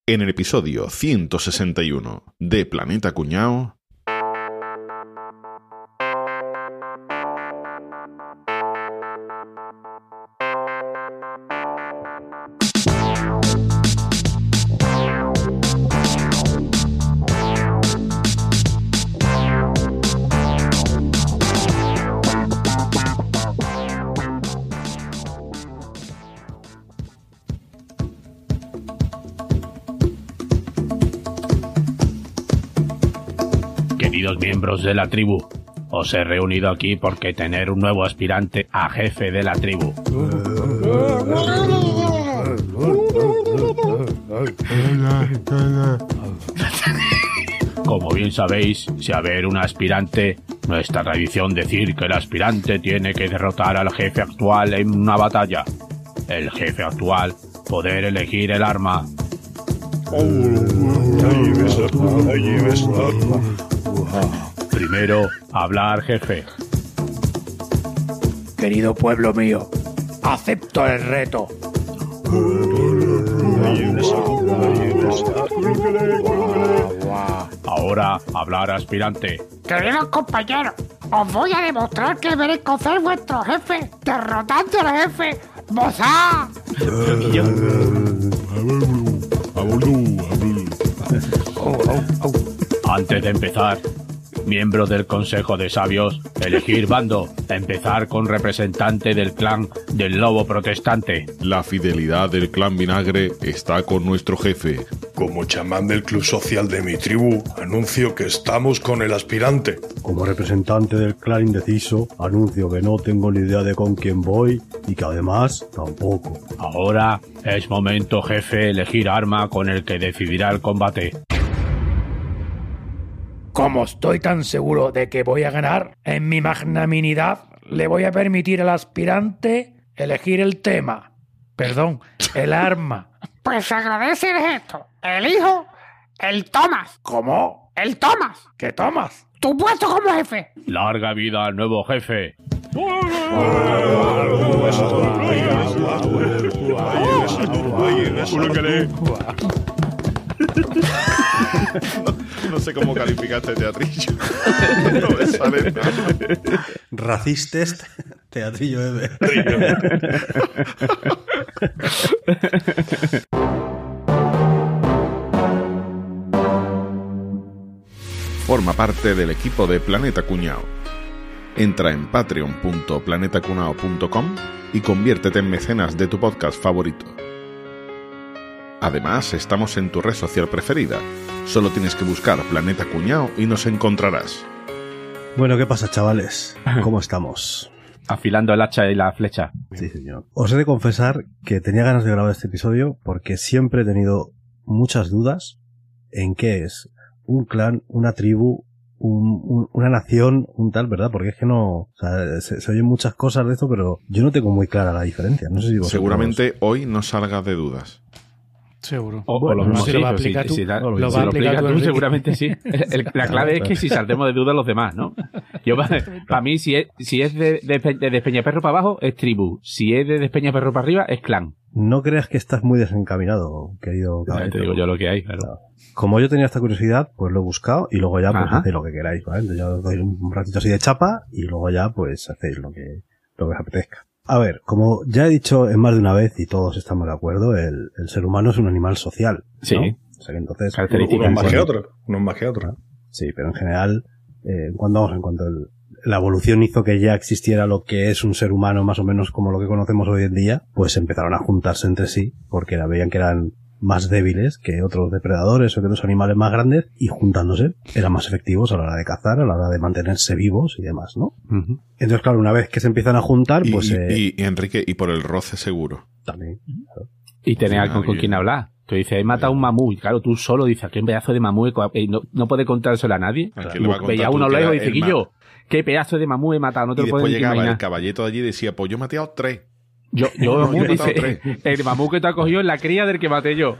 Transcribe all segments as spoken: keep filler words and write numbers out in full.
En el episodio ciento sesenta y uno de Planeta Cuñao... Queridos miembros de la tribu, os he reunido aquí porque tener un nuevo aspirante a jefe de la tribu. Como bien sabéis, si haber un aspirante, no es tradición decir que el aspirante tiene que derrotar al jefe actual en una batalla. El jefe actual, poder elegir el arma. Primero, hablar, jefe. Querido pueblo mío, acepto el reto. Ahora, hablar, aspirante. Queridos compañeros, os voy a demostrar que merezco ser vuestro jefe, derrotando al jefe Bozá. Antes de empezar, miembros del Consejo de Sabios, elegir bando. Empezar con representante del clan del Lobo Protestante. La fidelidad del clan Vinagre está con nuestro jefe. Como chamán del club social de mi tribu, anuncio que estamos con el aspirante. Como representante del clan indeciso, anuncio que no tengo ni idea de con quién voy y que además tampoco. Ahora es momento, jefe, elegir arma con el que decidirá el combate. Como estoy tan seguro de que voy a ganar, en mi magnanimidad le voy a permitir al aspirante elegir el tema. Perdón, el arma. Pues se agradece el gesto. Elijo el Thomas. ¿Cómo? El Thomas. ¿Qué tomas? Tu puesto como jefe. Larga vida al nuevo jefe. No, no sé cómo calificaste teatrillo. No me sale nada. Racistes, teatrillo Eve. Forma parte del equipo de Planeta Cuñao. Entra en patreon punto planeta cunao punto com y conviértete en mecenas de tu podcast favorito. Además, estamos en tu red social preferida. Solo tienes que buscar Planeta Cuñao y nos encontrarás. Bueno, ¿qué pasa, chavales? ¿Cómo estamos? Afilando el hacha y la flecha. Sí, señor. Os he de confesar que tenía ganas de grabar este episodio porque siempre he tenido muchas dudas en qué es un clan, una tribu, un, un, una nación, un tal, ¿verdad? Porque es que no... O sea, se, se oyen muchas cosas de esto, pero yo no tengo muy clara la diferencia. No sé si vosotros... Seguramente hoy no salgas de dudas. Seguro. O, bueno, o lo, no, sí, si lo va a o aplicar si, tú. Si la, lo si va a lo aplicar aplicas tú, tú, seguramente sí. El, la clave es que si saltemos de dudas los demás, ¿no? Yo para mí, si es, si es de, de, de Despeñaperro para abajo, es tribu. Si es de Despeñaperro para arriba, es clan. No creas que estás muy desencaminado, querido caballero. Te digo yo lo que hay, claro. Claro. Como yo tenía esta curiosidad, pues lo he buscado y luego ya pues Ajá. hacéis lo que queráis, ¿vale? Entonces yo os doy un ratito así de chapa y luego ya pues hacéis lo que, lo que os apetezca. A ver, como ya he dicho en más de una vez y todos estamos de acuerdo, el, el ser humano es un animal social, ¿no? Sí. O sea que entonces... Uno más que otro, uno más que otro. Sí, pero en general, eh, en cuanto, vamos, en cuanto el, la evolución hizo que ya existiera lo que es un ser humano más o menos como lo que conocemos hoy en día, pues empezaron a juntarse entre sí porque la veían que eran más débiles que otros depredadores o que otros animales más grandes y juntándose eran más efectivos a la hora de cazar, a la hora de mantenerse vivos y demás, ¿no? Uh-huh. Entonces, claro, una vez que se empiezan a juntar, y, pues... Y, eh, y, y Enrique, y por el roce seguro. También. Claro. Y tener sí, algo con quien hablar. Tú dices, he matado a un mamut. Claro, tú solo dices, qué pedazo de mamut. Y no, no puede contárselo a nadie. Claro. Veía uno lejos y dice, que yo, qué pedazo de mamut he matado. No te y lo puedes imaginar. llegaba el caballito de allí y decía, pues yo maté a tres. Yo, yo, no, yo dice, el mamut que te ha cogido es la cría del que maté yo.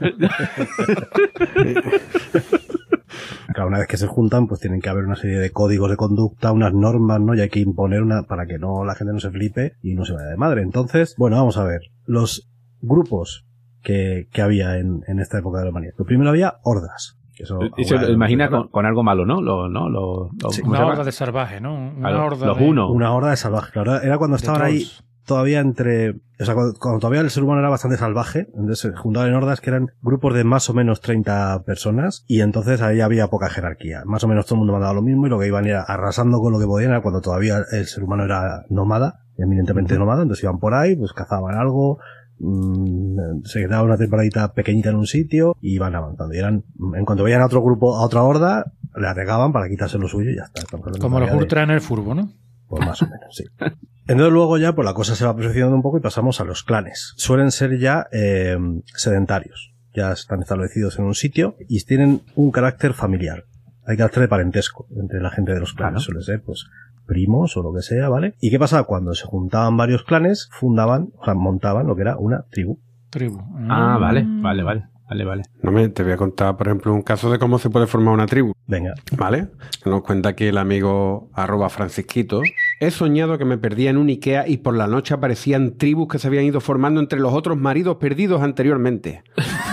Claro, una vez que se juntan, pues tienen que haber una serie de códigos de conducta, unas normas, ¿no? Y hay que imponer una para que no la gente no se flipe y no se vaya de madre. Entonces, bueno, vamos a ver. Los grupos que, que había en, en esta época de la humanidad. Lo primero había hordas. Eso, eso lo imagina con, con algo malo, ¿no? Lo, ¿no? Lo, lo, sí, una horda de salvaje, ¿no? Una a horda los de... unos. Una horda de salvaje, claro. Era cuando estaban ahí todavía entre... O sea, cuando, cuando todavía el ser humano era bastante salvaje, entonces se juntaban en hordas que eran grupos de más o menos treinta personas y entonces ahí había poca jerarquía. Más o menos todo el mundo mandaba lo mismo y lo que iban era arrasando con lo que podían, era cuando todavía el ser humano era nómada, eminentemente nómada, entonces iban por ahí, pues cazaban algo, se quedaban una temporadita pequeñita en un sitio y iban avanzando. Y eran, en cuanto veían a otro grupo, a otra horda, le atacaban para quitarse lo suyo y ya está. Como los ultra en el furbo, ¿no? Pues más o menos, sí. Entonces luego ya, pues la cosa se va perfeccionando un poco y pasamos a los clanes. Suelen ser ya eh, sedentarios. Ya están establecidos en un sitio y tienen un carácter familiar. Hay carácter de parentesco entre la gente de los clanes. Claro. Suele ser, pues, primos o lo que sea, ¿vale? ¿Y qué pasaba? Cuando se juntaban varios clanes, fundaban, o sea, montaban lo que era una tribu. Tribu. Ah, vale, vale, vale. Vale, vale. No me, te voy a contar, por ejemplo, un caso de cómo se puede formar una tribu. Venga. ¿Vale? Nos cuenta aquí el amigo arroba francisquito. He soñado que me perdía en un Ikea y por la noche aparecían tribus que se habían ido formando entre los otros maridos perdidos anteriormente.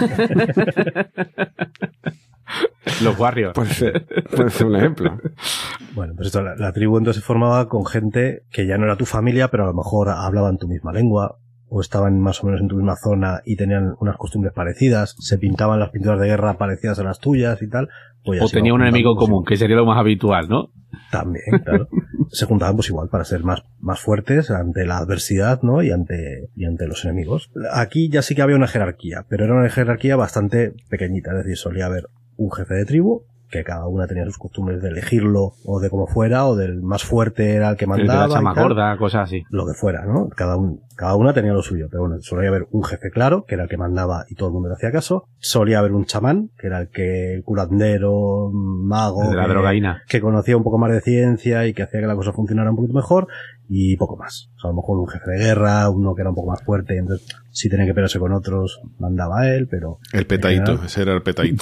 Los Warriors. Puede ser, puede ser un ejemplo. Bueno, pues esto, la, la tribu entonces se formaba con gente que ya no era tu familia, pero a lo mejor hablaban tu misma lengua, o estaban más o menos en tu misma zona y tenían unas costumbres parecidas, se pintaban las pinturas de guerra parecidas a las tuyas y tal. Pues o tenía un enemigo común, que sería lo más habitual, ¿no? También, claro. Se juntaban pues igual para ser más, más fuertes ante la adversidad, ¿no? Y ante, y ante los enemigos. Aquí ya sí que había una jerarquía, pero era una jerarquía bastante pequeñita, es decir, solía haber un jefe de tribu, que cada una tenía sus costumbres de elegirlo o de cómo fuera, o del más fuerte era el que mandaba. El de la chama gorda, cosas así. Lo que fuera, ¿no? Cada, un, cada una tenía lo suyo, pero bueno, solía haber un jefe claro, que era el que mandaba y todo el mundo le hacía caso. Solía haber un chamán, que era el que, el curandero, mago. El de la que, drogaína. Que conocía un poco más de ciencia y que hacía que la cosa funcionara un poquito mejor, y poco más. O sea, a lo mejor un jefe de guerra, uno que era un poco más fuerte, y entonces si tenía que pelearse con otros, mandaba a él, pero... El petadito, general, ese era el petadito.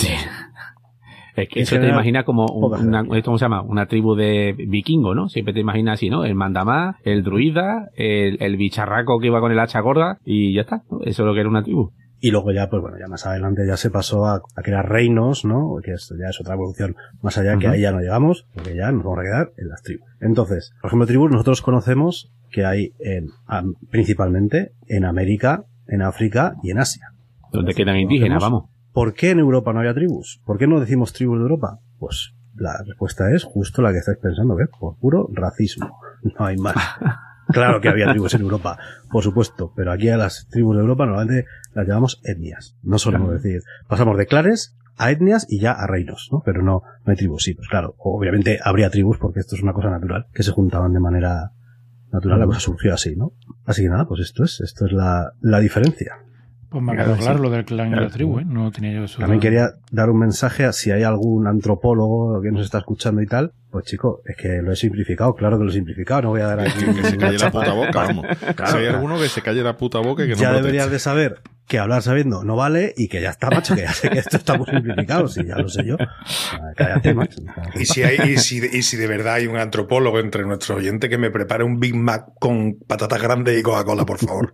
Es que eso te imaginas como un, una, ¿cómo se llama? Una tribu de vikingo, ¿no? Siempre te imaginas así, ¿no? El mandamás, el druida, el, el bicharraco que iba con el hacha gorda y ya está, ¿no? Eso es lo que era una tribu. Y luego ya, pues bueno, ya más adelante ya se pasó a, a crear reinos, ¿no? Que esto ya es otra evolución más allá, que uh-huh. ahí ya no llegamos, porque ya nos vamos a quedar en las tribus. Entonces, por ejemplo, tribus nosotros conocemos que hay en, principalmente en América, en África y en Asia. Donde quedan indígenas, vamos. ¿Por qué en Europa no había tribus? ¿Por qué no decimos tribus de Europa? Pues la respuesta es justo la que estáis pensando, ¿ves? Por puro racismo. No hay más. Claro que había tribus en Europa, por supuesto, pero aquí a las tribus de Europa normalmente las llamamos etnias. No solemos claro. decir, pasamos de clanes a etnias y ya a reinos, ¿no? Pero no, no hay tribus, sí, pues claro, obviamente habría tribus porque esto es una cosa natural, que se juntaban de manera natural, la cosa surgió así, ¿no? Así que nada, pues esto es, esto es la, la diferencia. Pues me ha quedado claro lo del clan y la tribu, ¿eh? No tenía yo eso. También quería dar un mensaje a si hay algún antropólogo que nos está escuchando y tal. Pues chico, es que lo he simplificado, claro que lo he simplificado, no voy a dar aquí... que se calle la puta boca, vamos. Claro, si hay claro. alguno que se calle la puta boca y que no ya proteste. Deberías de saber que hablar sabiendo no vale y que ya está, macho, que ya sé que esto está muy simplificado, si ya lo sé yo. Cállate, macho. Y si, hay, y, si, y si de verdad hay un antropólogo entre nuestros oyentes, que me prepare un Big Mac con patatas grandes y Coca-Cola, por favor.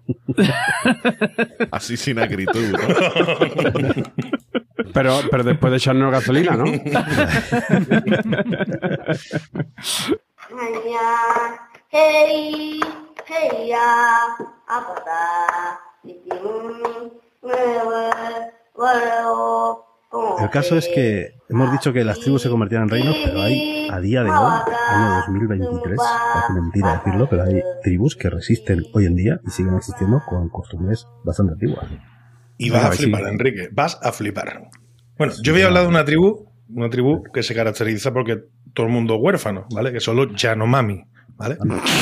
Así sin acritud, ¿no? Pero, pero después de echarnos gasolina, ¿no? El caso es que hemos dicho que las tribus se convertían en reinos, pero hay, a día de hoy, año dos mil veintitrés, parece mentira decirlo, pero hay tribus que resisten hoy en día y siguen existiendo con costumbres bastante antiguas. Y vas a flipar, Enrique, vas a flipar. Bueno, yo voy a hablar de una tribu, una tribu que se caracteriza porque todo el mundo es huérfano, ¿vale? Que son los Yanomami, ¿vale?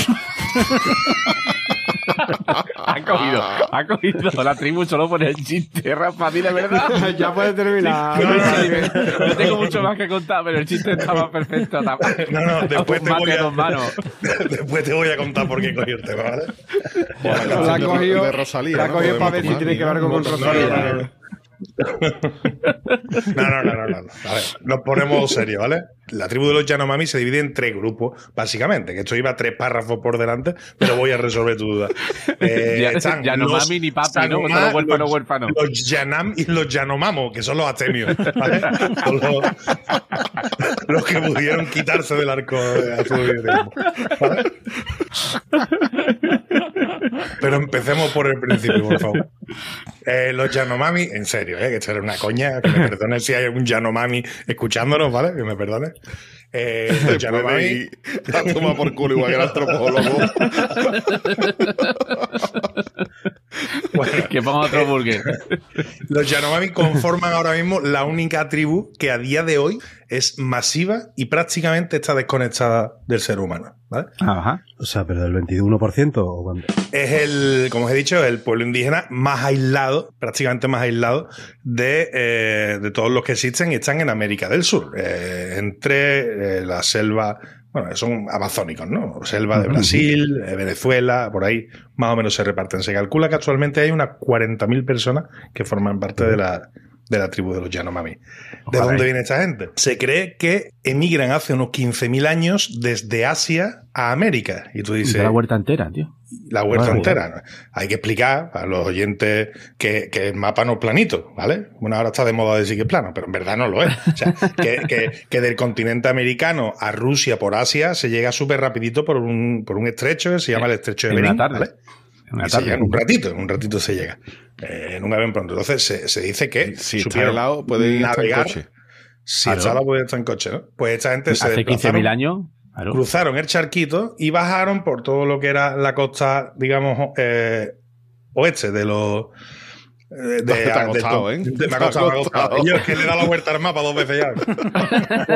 Ha cogido, ha cogido la tribu solo por el chiste, Rafa, dile verdad. Ya puedes terminar. No, no, no tengo mucho más que contar, pero el chiste estaba perfecto. No, no, después te, voy a, después te voy a contar por qué cogí el tema, ¿vale? La ha cogido, de Rosalía, la ¿no? cogido para ver si tiene que ver algo con Rosalía. No, no, no, no, no. A ver, nos ponemos serios, ¿vale? La tribu de los Yanomami se divide en tres grupos, básicamente, que esto iba tres párrafos por delante, pero voy a resolver tu duda. Eh, ya, Yanomami ni papi, ¿no? Los, los huérfanos, huérfanos. Los Yanam y los Yanomamo, que son los atemios, ¿vale? Son los, los que pudieron quitarse del arco a su tiempo, ¿vale? Pero empecemos por el principio, por favor. Eh, los Yanomami, en serio, eh, que esto era una coña, que me perdone si hay un Yanomami escuchándonos, ¿vale? Que me perdone. Eh, los Yanomami. La toma por culo igual que el antropólogo. Bueno, que ponga otro burger. Los Yanomami conforman ahora mismo la única tribu que a día de hoy es masiva y prácticamente está desconectada del ser humano, ¿vale? Ajá. O sea, pero del veintiuno por ciento o cuánto. Es el, como os he dicho, el pueblo indígena más aislado, prácticamente más aislado de, eh, de todos los que existen y están en América del Sur, eh, entre eh, la selva, bueno, son amazónicos, ¿no? Selva de Brasil, eh, Venezuela, por ahí más o menos se reparten. Se calcula que actualmente hay unas cuarenta mil personas que forman parte de la, de la tribu de los Yanomami. ¿De Ojalá. dónde viene esta gente? Se cree que emigran hace unos quince mil años desde Asia a América. Y tú dices... De la huerta entera, tío. La huerta Vale. entera. Hay que explicar a los oyentes que, que el mapa no es planito, ¿vale? Bueno, ahora está de moda decir que es plano, pero en verdad no lo es. O sea, que, que, que del continente americano a Rusia por Asia se llega súper rapidito por un, por un estrecho que se llama el estrecho de En Bering, una tarde. ¿vale? En una Y se llega tarde. en un ratito, en un ratito se llega. Eh, en un avión pronto. Entonces se, se dice que Si está supieron helado, puede ir hasta en navegar. coche. Si Claro. está helado, puede estar en coche, ¿no? Pues esta gente se Hace quince mil desplazaron- años. Claro. cruzaron el charquito y bajaron por todo lo que era la costa, digamos, eh, oeste de los... eh, De, Te ha de- costado, de- ¿eh? de- me Te ha ha costado, me ha costado. costado. Y yo es que le he dado la vuelta al mapa dos veces ya. Por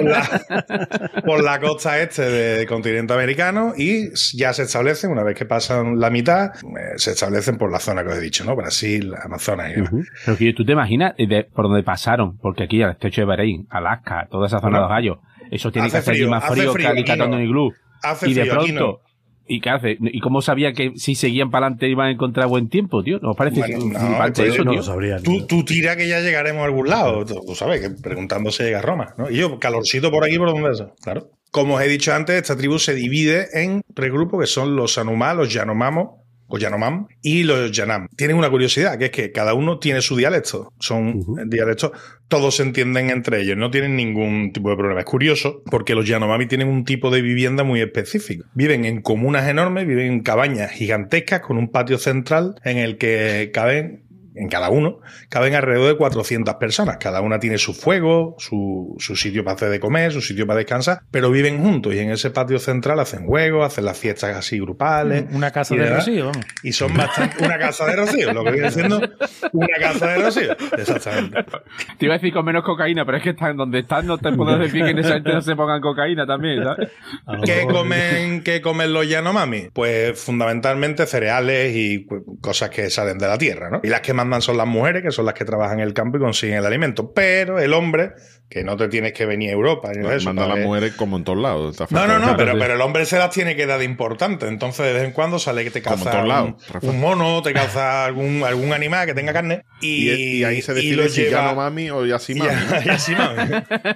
la, por la costa este del continente americano y ya se establecen, una vez que pasan la mitad, eh, se establecen por la zona que os he dicho, ¿no? Brasil, Amazonas y demás. Pero que tú te imaginas de, por donde pasaron, porque aquí al estrecho de Bering, Alaska, toda esa zona Bueno, de los gallos, eso tiene hace que hacer frío, más hace frío, frío, que aquí Alicatando no. en iglú. Hace Y de frío, aquí pronto, no. ¿y qué hace? ¿Y cómo sabía que si seguían para adelante iban a encontrar buen tiempo, tío? ¿No os parece Bueno, no, flipante pues eso, no tío? lo sabría. Tú, tú tira que ya llegaremos a algún lado. Tú, tú sabes que preguntando se llega a Roma, ¿no? Y yo, calorcito por aquí, ¿por dónde es? Claro. Como os he dicho antes, esta tribu se divide en tres grupos que son los Sanumá, los Yanomamo, o Yanomam, y los Yanam. Tienen una curiosidad, que es que cada uno tiene su dialecto. Son Ujú. dialectos, todos se entienden entre ellos, no tienen ningún tipo de problema. Es curioso, porque los Yanomami tienen un tipo de vivienda muy específico. Viven en comunas enormes, viven en cabañas gigantescas con un patio central en el que caben, en cada uno, caben alrededor de cuatrocientas personas. Cada una tiene su fuego, su, su sitio para hacer de comer, su sitio para descansar, pero viven juntos y en ese patio central hacen juegos, hacen las fiestas así grupales. Una casa y de demás. Rocío, vamos. Y son bastante... Una casa de Rocío, lo que viene siendo una casa de Rocío. Exactamente. Te iba a decir con menos cocaína, pero es que están donde están, no te puedo decir que en esa gente no se pongan cocaína también, ¿sabes? A lo ¿Qué mejor- comen, ¿Qué comen los Yanomami? Pues fundamentalmente cereales y cu- cosas que salen de la tierra, ¿no? Y las que mandan son las mujeres, que son las que trabajan en el campo y consiguen el alimento. Pero el hombre, que no te tienes que venir a Europa ni nada de eso. Manda a para las ver- mujeres como en todos lados. Está No, no, no, fatal. pero, sí. pero el hombre se las tiene que dar de importante. Entonces, de vez en cuando sale que te Como en caza todos un, lados, Rafa. un mono, te caza algún, algún animal que tenga carne. Y, Y, y ahí se y decide lo si lleva- Yanomami o Yasimami. y, y así, mami.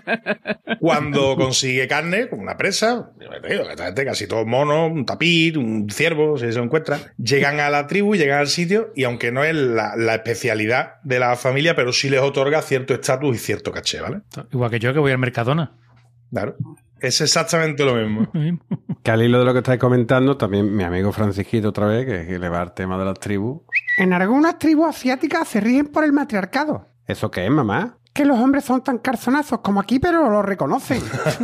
Cuando consigue carne, como una presa, yo te digo, que esta gente, casi todos monos, un tapir, un ciervo, si se encuentra, llegan a la tribu, llegan al sitio, y aunque no es la, la especialidad de la familia, pero sí les otorga cierto estatus y cierto caché, ¿vale? Igual que yo, que voy al Mercadona. Claro. Es exactamente lo mismo. Que al hilo de lo que estáis comentando, también mi amigo Francisquito otra vez, que, que le va al tema de las tribus. En algunas tribus asiáticas se rigen por el matriarcado. ¿Eso qué es, mamá? Que los hombres son tan carzonazos como aquí, pero lo reconocen.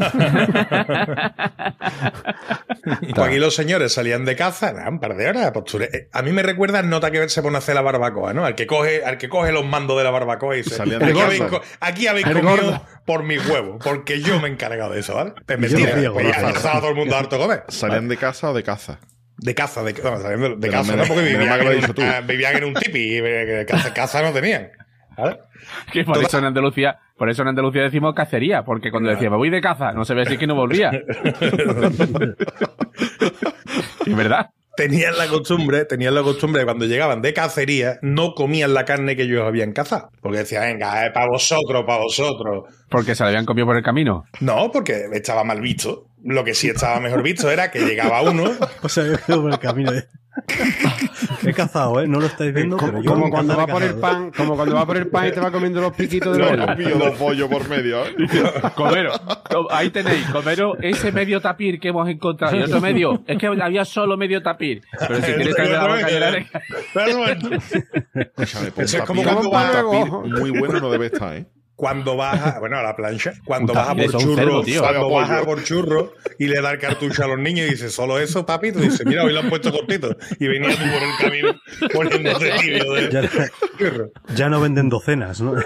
Pues aquí los señores salían de caza, nada, un par de horas. Posture. Eh, A mí me recuerda nota que se pone a hacer la barbacoa, ¿no? Al que coge, al que coge los mandos de la barbacoa y dice: Salían de aquí caza. habéis, co- aquí habéis El comido gordo. por mis huevos, porque yo me he encargado de eso, ¿vale? Es Yo mentira, no riego, pues ya, Rafa. ya estaba todo el mundo harto de comer. ¿Salían de casa o de caza? De caza, de, no, salían de, de Pero caza, menos- ¿no? Porque menos vivían, mal que lo en has un, dicho tú. ah, vivían en un tipi y eh, caza, caza no tenían. ¿Vale? Que por eso en Andalucía, por eso en Andalucía decimos cacería, porque cuando decía me voy de caza, no se ve así que no volvía. Es verdad. tenían la costumbre, tenían la costumbre de cuando llegaban de cacería, no comían la carne que ellos habían cazado. Porque decían, venga, eh, para vosotros, para vosotros. ¿Porque se la habían comido por el camino? No, porque estaba mal visto. Lo que sí estaba mejor visto era que llegaba uno. O sea, yo quedo por el camino. De... He cazado, ¿eh? No lo estáis viendo, como, pero yo como cuando va he por el pan, como cuando va por el pan y te va comiendo los piquitos de No, los pillo dos pollos por medio. ¿eh? Comero, ahí tenéis, Comero, ese medio tapir que hemos encontrado. Y otro medio, es que había solo medio tapir. Pero si quieres traer la boca llena de... Escúchame, pon Eso es como tapir, cuando pon vas- tapir muy bueno no debe estar, ¿eh? Cuando baja, bueno, a la plancha, cuando Puta, baja por eso es un churro, cerdo, tío. cuando Sabe a baja pollo. por churro y le da el cartucho a los niños y dice, ¿solo eso, papito? Y dice, mira, hoy lo han puesto cortito. Y venía tú por el camino poniéndote tibio de Ya, churro. ya no venden docenas, ¿no?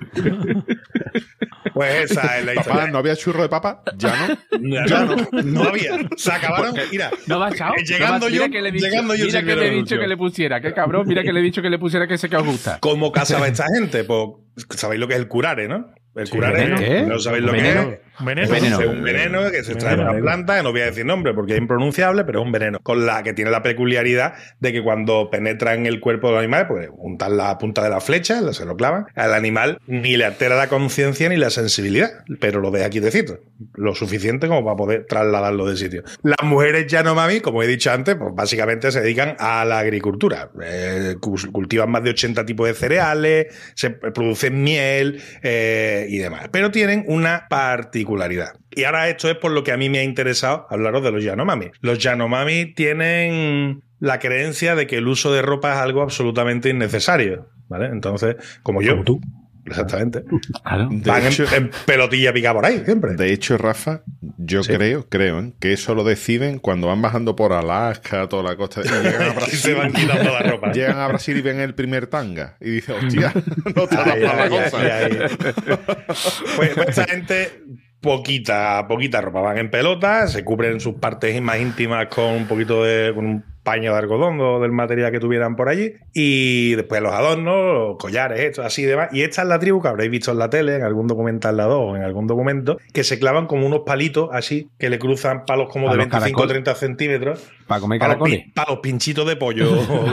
Pues esa es la Papá, historia. ¿no había churro de papa? Ya no. Ya no, no había. Se acabaron, mira. No va echado. Llegando mira yo- que le he dicho, llegando yo mira se que le he vieron dicho el que le pusiera. Qué cabrón, mira que le he dicho que le pusiera que sé que os gusta. ¿Cómo cazaba esta gente? Pues sabéis lo que es el curare, ¿no? El curare, ¿veneno? ¿Qué? no sabéis lo ¿Veneno? que es. Veneno. Veneno. Es un veneno que se extrae de una Veneno. planta, que no voy a decir nombre porque es impronunciable, pero es un veneno. Con la que tiene la peculiaridad de que cuando penetra en el cuerpo del animal, pues untan la punta de la flecha, se lo clavan, al animal ni le altera la conciencia ni la sensibilidad, pero lo deja quietecito, lo suficiente como para poder trasladarlo de sitio. Las mujeres Yanomami, como he dicho antes, pues básicamente se dedican a la agricultura. Eh, cultivan más de ochenta tipos de cereales, se producen miel eh, y demás. Pero tienen una particularidad. Y ahora esto es por lo que a mí me ha interesado hablaros de los Yanomami. Los Yanomami tienen la creencia de que el uso de ropa es algo absolutamente innecesario, ¿vale? Entonces, como yo. Como tú. Exactamente. Claro. De Van hecho, en, en pelotilla picada por ahí, siempre. de hecho, Rafa, yo Sí. creo, creo, ¿eh? que eso lo deciden cuando van bajando por Alaska, toda la costa, y llegan a Y Brasil. se van quitando la ropa. Llegan a Brasil y ven el primer tanga. Y dicen, hostia, no te da Ahí, para la ahí, cosa. ahí, ahí. Pues, pues esta gente, poquita, poquita ropa. Van en pelota, se cubren sus partes más íntimas con un poquito de, con un paño de algodón o del material que tuvieran por allí. Y después los adornos, los collares, esto, así y demás. Y esta es la tribu que habréis visto en la tele, en algún documental la dos o en algún documento, que se clavan como unos palitos así, que le cruzan palos como de Palos veinticinco o caracol. treinta centímetros. Para comer Para los, caracoles. pi- para los pinchitos de pollo.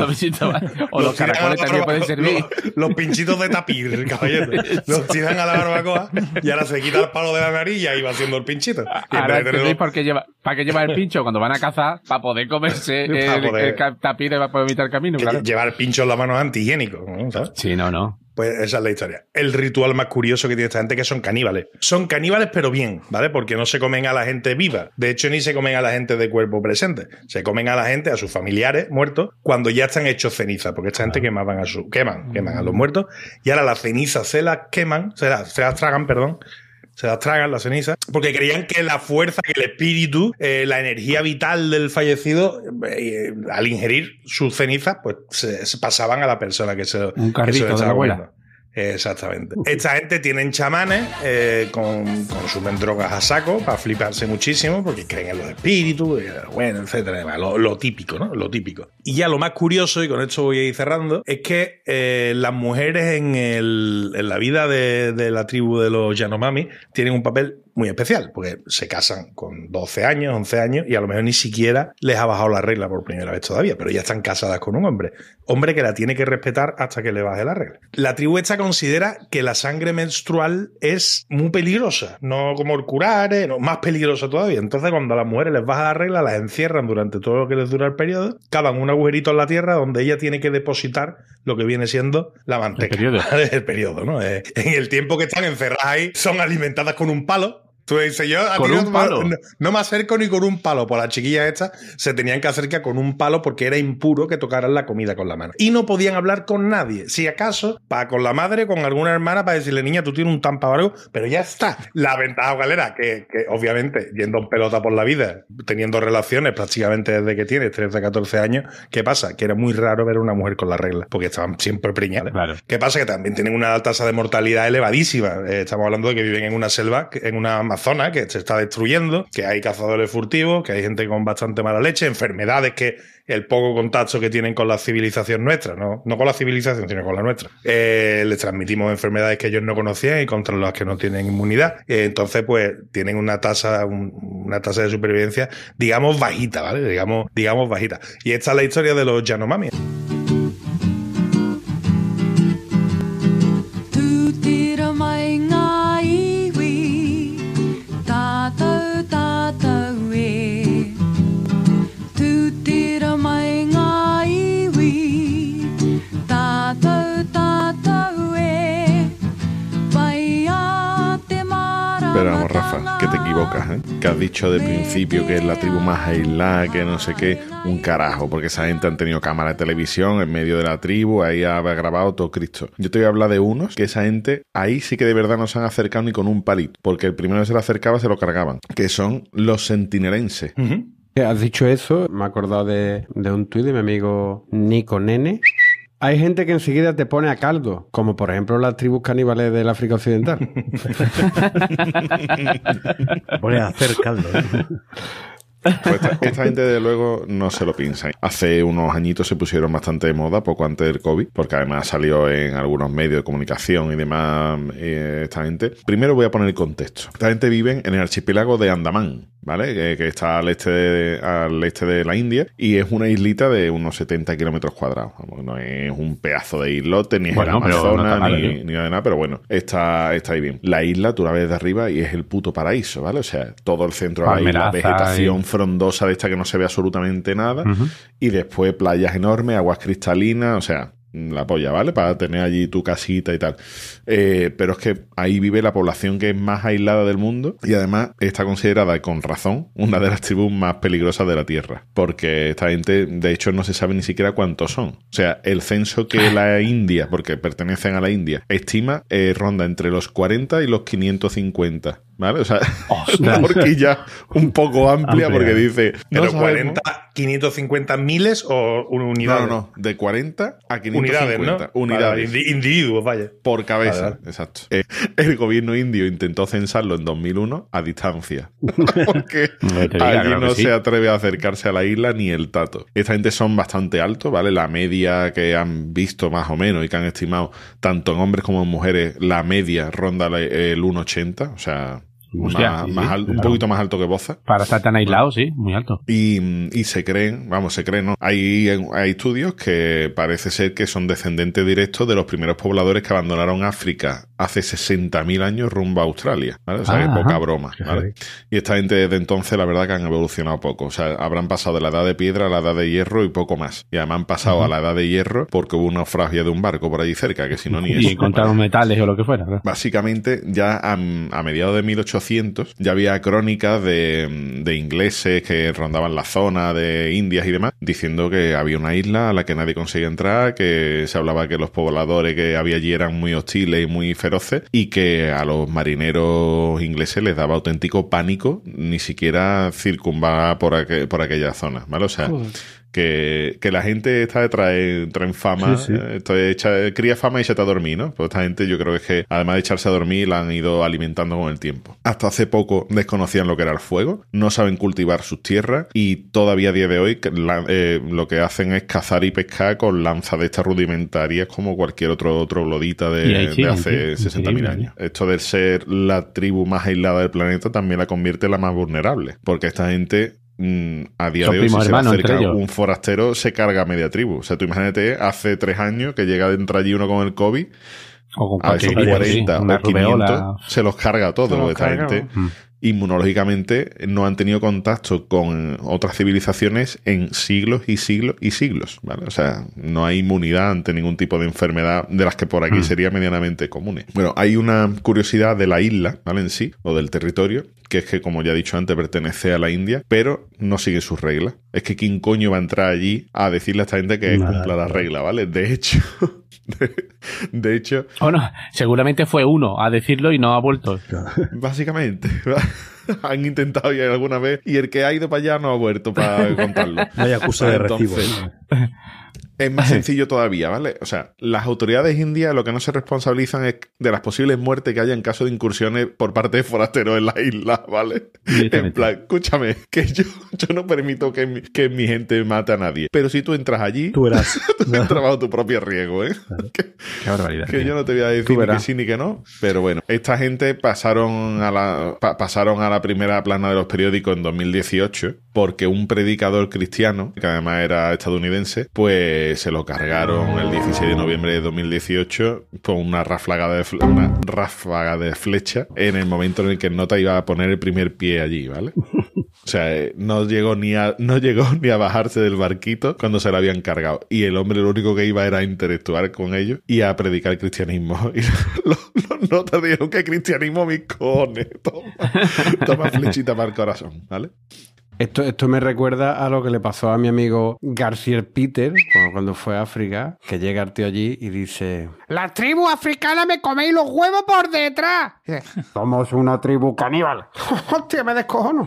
O los tiran a caracoles la también barba- pueden servir. Los, los pinchitos de tapir, caballero. Los tiran a la barbacoa y ahora se quita el palo de la nariz y ahí va haciendo el pinchito. Y en Ahora vez de tenerlo- entendéis por qué lleva, para qué lleva el pincho cuando van a cazar, para poder comerse Para el, poder- el ca- tapir para evitar el camino, que claro. llevar el pincho en la mano es antihigiénico, ¿no? ¿Sabes? Sí, no, no. Pues esa es la historia. El ritual más curioso que tiene esta gente, que son caníbales. Son caníbales, pero bien, ¿vale? Porque no se comen a la gente viva. De hecho, ni se comen a la gente de cuerpo presente. Se comen a la gente, a sus familiares muertos, cuando ya están hechos cenizas. Porque esta gente quemaban a su, queman, queman a los muertos. Y ahora las cenizas se las queman, se las, se las tragan, perdón. Se las tragan las cenizas, porque creían que la fuerza, que el espíritu, eh, la energía vital del fallecido, eh, al ingerir sus cenizas, pues se, se pasaban a la persona que se, Un que se carrito lo de la estaba abuela. comiendo. Exactamente. Esta gente tienen chamanes, eh, con, consumen drogas a saco para fliparse muchísimo, porque creen en los espíritus, eh, bueno, etcétera. Lo, lo típico, ¿no? Lo típico. Y ya lo más curioso, y con esto voy a ir cerrando, es que eh, las mujeres en, el, en la vida de, de la tribu de los Yanomami tienen un papel muy especial, porque se casan con doce años, once años, y a lo mejor ni siquiera les ha bajado la regla por primera vez todavía, pero ya están casadas con un hombre. Hombre que la tiene que respetar hasta que le baje la regla. La tribu esta considera que la sangre menstrual es muy peligrosa, no como el curare, no, más peligrosa todavía. Entonces, cuando a las mujeres les baja la regla, las encierran durante todo lo que les dura el periodo, cavan un agujerito en la tierra donde ella tiene que depositar lo que viene siendo la manteca. El periodo. El periodo, ¿no? Eh, en el tiempo que están encerradas ahí, son alimentadas con un palo. Tú dices, yo a ¿Con ti un no, palo? No, no me acerco ni con un palo. Pues las chiquillas estas se tenían que acercar con un palo porque era impuro que tocaran la comida con la mano. Y no podían hablar con nadie. Si acaso, para con la madre, con alguna hermana, para decirle, niña, tú tienes un tampa o algo, pero ya está. La ventaja, ¿cuál era? Que, que obviamente, yendo en pelota por la vida, teniendo relaciones prácticamente desde que tienes trece, catorce años, ¿qué pasa? Que era muy raro ver a una mujer con la regla, porque estaban siempre preñadas. Claro. ¿Qué pasa? Que también tienen una tasa de mortalidad elevadísima. Eh, estamos hablando de que viven en una selva, en una Amazonas zona que se está destruyendo, que hay cazadores furtivos, que hay gente con bastante mala leche, enfermedades que el poco contacto que tienen con la civilización nuestra, no, no con la civilización, sino con la nuestra, eh, les transmitimos enfermedades que ellos no conocían y contra las que no tienen inmunidad. Eh, entonces, pues, tienen una tasa, un, una tasa de supervivencia, digamos, bajita, ¿vale? Digamos, digamos, bajita. Y esta es la historia de los Yanomami. Pero vamos, Rafa, que te equivocas, ¿eh? Que has dicho de principio que es la tribu más aislada, que no sé qué, un carajo, porque esa gente han tenido cámara de televisión en medio de la tribu, ahí ha grabado todo Cristo. Yo te voy a hablar de unos que esa gente, ahí sí que de verdad no se han acercado ni con un palito, porque el primero que se le acercaba se lo cargaban, que son los sentinelenses. Uh-huh. Has dicho eso, me he acordado de, de un tuit de mi amigo Nico Nene. Hay gente que enseguida te pone a caldo, como por ejemplo las tribus caníbales del África Occidental. Pone a hacer caldo, ¿eh? Pues esta, esta gente de luego no se lo piensa. Hace unos añitos se pusieron bastante de moda, poco antes del COVID, porque además salió en algunos medios de comunicación y demás eh, esta gente. Primero voy a poner el contexto. Esta gente vive en el archipiélago de Andamán, ¿vale? Que, que está al este, de, al este de la India y es una islita de unos setenta kilómetros cuadrados. No es un pedazo de islote, ni bueno, es el Amazonas, no ni, ¿eh? ni de nada, pero bueno, está, está ahí bien. La isla tú la ves de arriba y es el puto paraíso, ¿vale? O sea, todo el centro de la isla, vegetación y frondosa de esta que no se ve absolutamente nada, uh-huh. Y después playas enormes, aguas cristalinas, o sea, la polla, ¿vale? Para tener allí tu casita y tal. Eh, pero es que ahí vive la población que es más aislada del mundo y además está considerada, con razón, una de las tribus más peligrosas de la Tierra. Porque esta gente, de hecho, no se sabe ni siquiera cuántos son. O sea, el censo que la India, porque pertenecen a la India, estima eh, ronda entre los cuarenta y los quinientos cincuenta. ¿Vale? O sea, una horquilla un poco amplia, amplia. Porque dice... ¿Pero no cuarenta, quinientos cincuenta miles o unidades? No, no, no. De cuarenta a quinientos cincuenta. Unidades, ¿no? Unidades. Vale, individuos, vaya. Por cabeza, vale, vale. Exacto. Eh, el gobierno indio intentó censarlo en dos mil uno a distancia. Porque diga, allí claro no sí. se atreve a acercarse a la isla ni el tato. Esta gente son bastante altos, ¿vale? La media que han visto más o menos y que han estimado, tanto en hombres como en mujeres, la media ronda el uno ochenta, o sea... Hostia, más, sí, más sí, alto, claro. Un poquito más alto que Boza. Para estar tan aislado, sí, muy alto. Y, y se creen, vamos, se creen, ¿no? Hay, hay estudios que parece ser que son descendientes directos de los primeros pobladores que abandonaron África hace sesenta mil años rumbo a Australia, ¿vale? O sea, ah, que poca broma, ¿vale? Y esta gente desde entonces, la verdad que han evolucionado poco. O sea, habrán pasado de la edad de piedra a la edad de hierro y poco más. Y además han pasado uh-huh. a la edad de hierro porque hubo una naufragio de un barco por allí cerca, que si no ni y eso. Y encontraron ¿vale? metales o lo que fuera, ¿verdad? Básicamente, ya a, a mediados de mil ochocientos, ya había crónicas de, de ingleses que rondaban la zona de Indias y demás, diciendo que había una isla a la que nadie conseguía entrar, que se hablaba que los pobladores que había allí eran muy hostiles y muy feroces, y que a los marineros ingleses les daba auténtico pánico ni siquiera circunvalar por, aqu- por aquella zona, ¿vale? O sea... Joder. Que, que la gente esta trae, traen fama, sí, sí. Eh, esto es echa, cría fama y échate a dormir, ¿no? Pues esta gente yo creo que es que además de echarse a dormir la han ido alimentando con el tiempo. Hasta hace poco desconocían lo que era el fuego, no saben cultivar sus tierras y todavía a día de hoy la, eh, lo que hacen es cazar y pescar con lanzas de estas rudimentarias como cualquier otro troglodita de, sí, de hace sí, sesenta mil años. Esto de ser la tribu más aislada del planeta también la convierte en la más vulnerable, porque esta gente... a día Son de hoy, si se le acerca un forastero, se carga media tribu. O sea, tú imagínate, hace tres años que llega dentro allí uno con el COVID, o con a esos cuarenta sí, o quinientos, se los carga todo. Esta gente, mm. inmunológicamente, no han tenido contacto con otras civilizaciones en siglos y siglos y siglos, ¿vale? O sea, no hay inmunidad ante ningún tipo de enfermedad de las que por aquí mm. sería medianamente comunes. Bueno, hay una curiosidad de la isla, ¿vale? En sí, o del territorio, que es que, como ya he dicho antes, pertenece a la India, pero no sigue sus reglas. Es que ¿quién coño va a entrar allí a decirle a esta gente que Nada, cumpla las reglas, ¿vale? De hecho... De, de hecho... Bueno, seguramente fue uno a decirlo y no ha vuelto. Básicamente. Han intentado ir alguna vez y el que ha ido para allá no ha vuelto para contarlo. No hay acusa de recibo. es más sencillo todavía, ¿vale? O sea, las autoridades indias lo que no se responsabilizan es de las posibles muertes que haya en caso de incursiones por parte de forasteros en la isla, ¿vale? En plan, escúchame, que yo, yo no permito que mi, que mi gente mate a nadie. Pero si tú entras allí, tú verás. tú entras bajo tu propio riesgo, ¿eh? Claro. Que, Qué barbaridad. Que yo no te voy a decir ni que sí ni que no. Pero bueno, esta gente pasaron a la, pa, pasaron a la primera plana de los periódicos en dos mil dieciocho porque un predicador cristiano, que además era estadounidense, pues se lo cargaron el dieciséis de noviembre de dos mil dieciocho con una ráfaga de, una ráfaga de flecha en el momento en el que el nota iba a poner el primer pie allí, ¿vale? O sea, no llegó ni a no llegó ni a bajarse del barquito cuando se lo habían cargado. Y el hombre lo único que iba era a interactuar con ellos y a predicar el cristianismo. Y los, los notas dijeron que cristianismo, mis cojones. Toma, toma flechita para el corazón, ¿vale? Esto, esto me recuerda a lo que le pasó a mi amigo García Peter cuando, cuando fue a África, que llega el tío allí y dice: La tribu africana me coméis los huevos por detrás. Somos una tribu caníbal. Hostia, me descojono.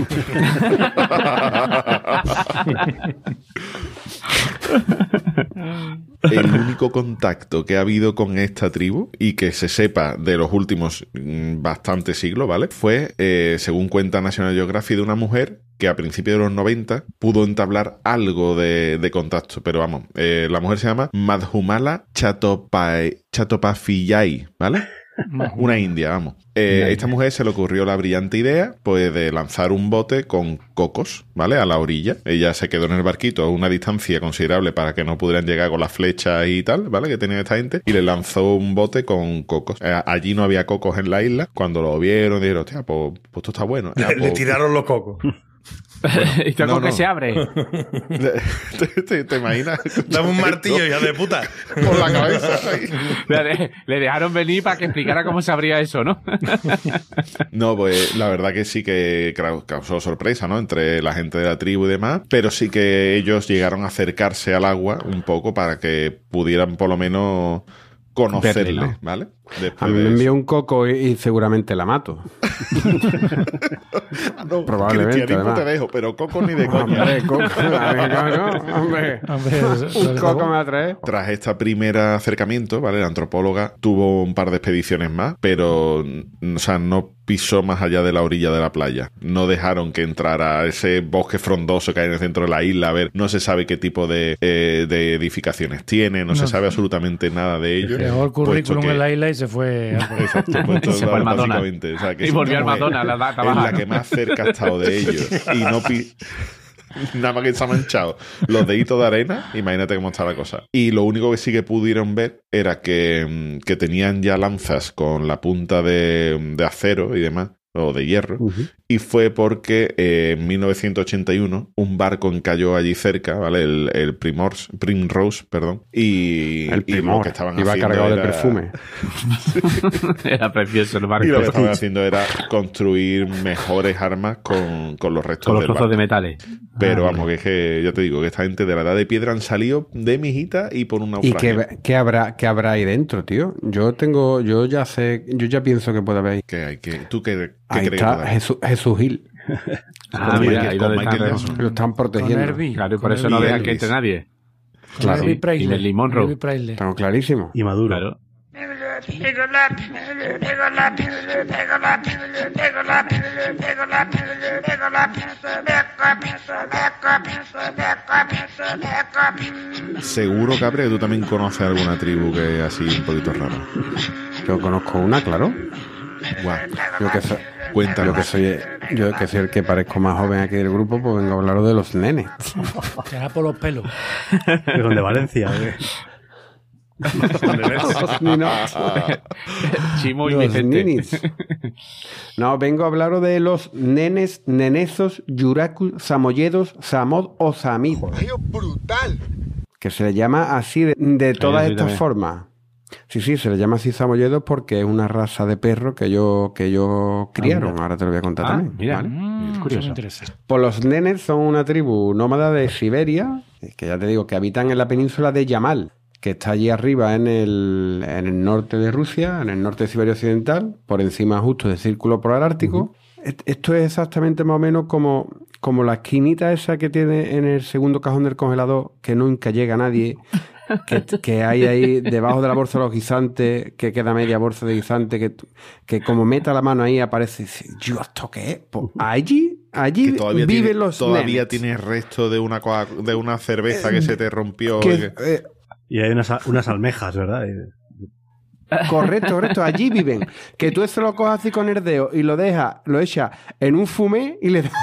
El único contacto que ha habido con esta tribu y que se sepa de los últimos mmm, bastantes siglos, ¿vale? Fue, eh, según cuenta National Geographic, de una mujer que a principios de los noventa pudo entablar algo de, de contacto. Pero vamos, eh, la mujer se llama Madhumala Chattopai, Chattopadhyay, ¿vale? Una india, vamos. Eh, esta mujer se le ocurrió la brillante idea, pues, de lanzar un bote con cocos, ¿vale? A la orilla. Ella se quedó en el barquito a una distancia considerable para que no pudieran llegar con las flechas y tal, ¿vale? Que tenía esta gente. Y le lanzó un bote con cocos. Eh, allí no había cocos en la isla. Cuando lo vieron, dijeron, hostia, pues, pues esto está bueno. Le, ah, pues, le tiraron los cocos. ¿Y tú no, con no. que se abre? ¿Te, te, te imaginas? Dame un martillo, hija de puta. Por la cabeza. Ahí. Le, le dejaron venir para que explicara cómo se abría eso, ¿no? No, pues la verdad que sí que causó sorpresa, ¿no? Entre la gente de la tribu y demás, pero sí que ellos llegaron a acercarse al agua un poco para que pudieran por lo menos conocerle, Verle, ¿no? ¿vale? Después A mí me de envió eso. un coco y, y seguramente la mato. No, Probablemente, cristianismo además. te dejo, pero coco ni de coña. Hombre, coco, no, hombre. Hombre, Un coco me va a traer. Tras este primer acercamiento, ¿vale? La antropóloga tuvo un par de expediciones más, pero, o sea, no pisó más allá de la orilla de la playa. No dejaron que entrara a ese bosque frondoso que hay en el centro de la isla. A ver, no se sabe qué tipo de, eh, de edificaciones tiene, no, no se sabe absolutamente nada de ello. Dejó el currículum que... en la isla y se fue. Exacto, puesto, se fue al Madonna. básicamente. O sea, que Y si volvió al no es- Madonna, la, la, es la que más cerca ha estado de ellos. Y no pi... Nada más que se ha manchado los deditos de arena, imagínate cómo está la cosa. Y lo único que sí que pudieron ver era que, que tenían ya lanzas con la punta de, de acero y demás, o de hierro, Uh-huh. y fue porque eh, en mil novecientos ochenta y uno un barco encalló allí cerca, ¿vale? El, el Primors, Primrose, perdón, y, El y lo primor que estaban iba haciendo cargado de era- perfume. Era precioso el barco. Y lo que estaban haciendo era construir mejores armas con, con los restos Con los del trozos barco. de metales. Pero Ah, vamos, que es que ya te digo que esta gente de la edad de piedra han salido de mijita y por un ¿Y naufragio. qué, qué habrá qué habrá ahí dentro, tío? Yo tengo, yo ya sé, yo ya pienso que puede haber ahí. ¿Qué hay? ¿Qué, ¿Tú qué, qué Ahí crees que está puede haber? Jesús, Jesús Gil. Ah, Con mira, Michael- ahí con donde Michael están. Jackson. Lo están Con protegiendo. Herbie. Claro, y por con eso Herbie- no Y dejan que Elvis. entre nadie. con Claro. Herbie Y Presley. Marilyn Monroe. Herbie Presley. Tengo clarísimo. Y Maduro. Claro. Seguro, Capri, que tú también conoces alguna tribu que es así un poquito rara. Yo conozco una, claro. Guau. Yo que soy, Cuéntanos. yo que soy, yo que soy el que parezco más joven aquí del grupo, pues vengo a hablaros de los nenes. Será por los pelos. Que son de Valencia. ¿eh? Los ninos. Chimo y Los Vicente. ninis. No, vengo a hablaros de los nenes, nenezos, yuracus, samoyedos, samod o samid. brutal! Que se le llama así de, de todas sí, estas también. formas. Sí, sí, se le llama así samoyedos porque es una raza de perro que yo que ellos criaron. mira. Ahora te lo voy a contar Ah, también. mira. ¿vale? Mm, eso curioso. me interesa. Pues los nenes son una tribu nómada de Siberia, que ya te digo, que habitan en la península de Yamal, que está allí arriba en el, en el norte de Rusia, en el norte de Siberia Occidental, por encima justo del Círculo Polar Ártico. Est- Esto es exactamente más o menos como, como la esquinita esa que tiene en el segundo cajón del congelador, que nunca llega nadie, que, que hay ahí debajo de la bolsa de los guisantes, que queda media bolsa de guisante, que, que como meta la mano ahí aparece y dice, ¿yo esto qué es? Pues allí, allí Que todavía viven tiene, los todavía nenes. tiene resto de una, coa- de una cerveza que se te rompió. Que- y que- eh, Y hay unas, unas almejas, ¿verdad? Y- Correcto, correcto, allí viven. Que tú eso lo cojas así con el dedo y lo dejas, lo echas en un fumé y le das.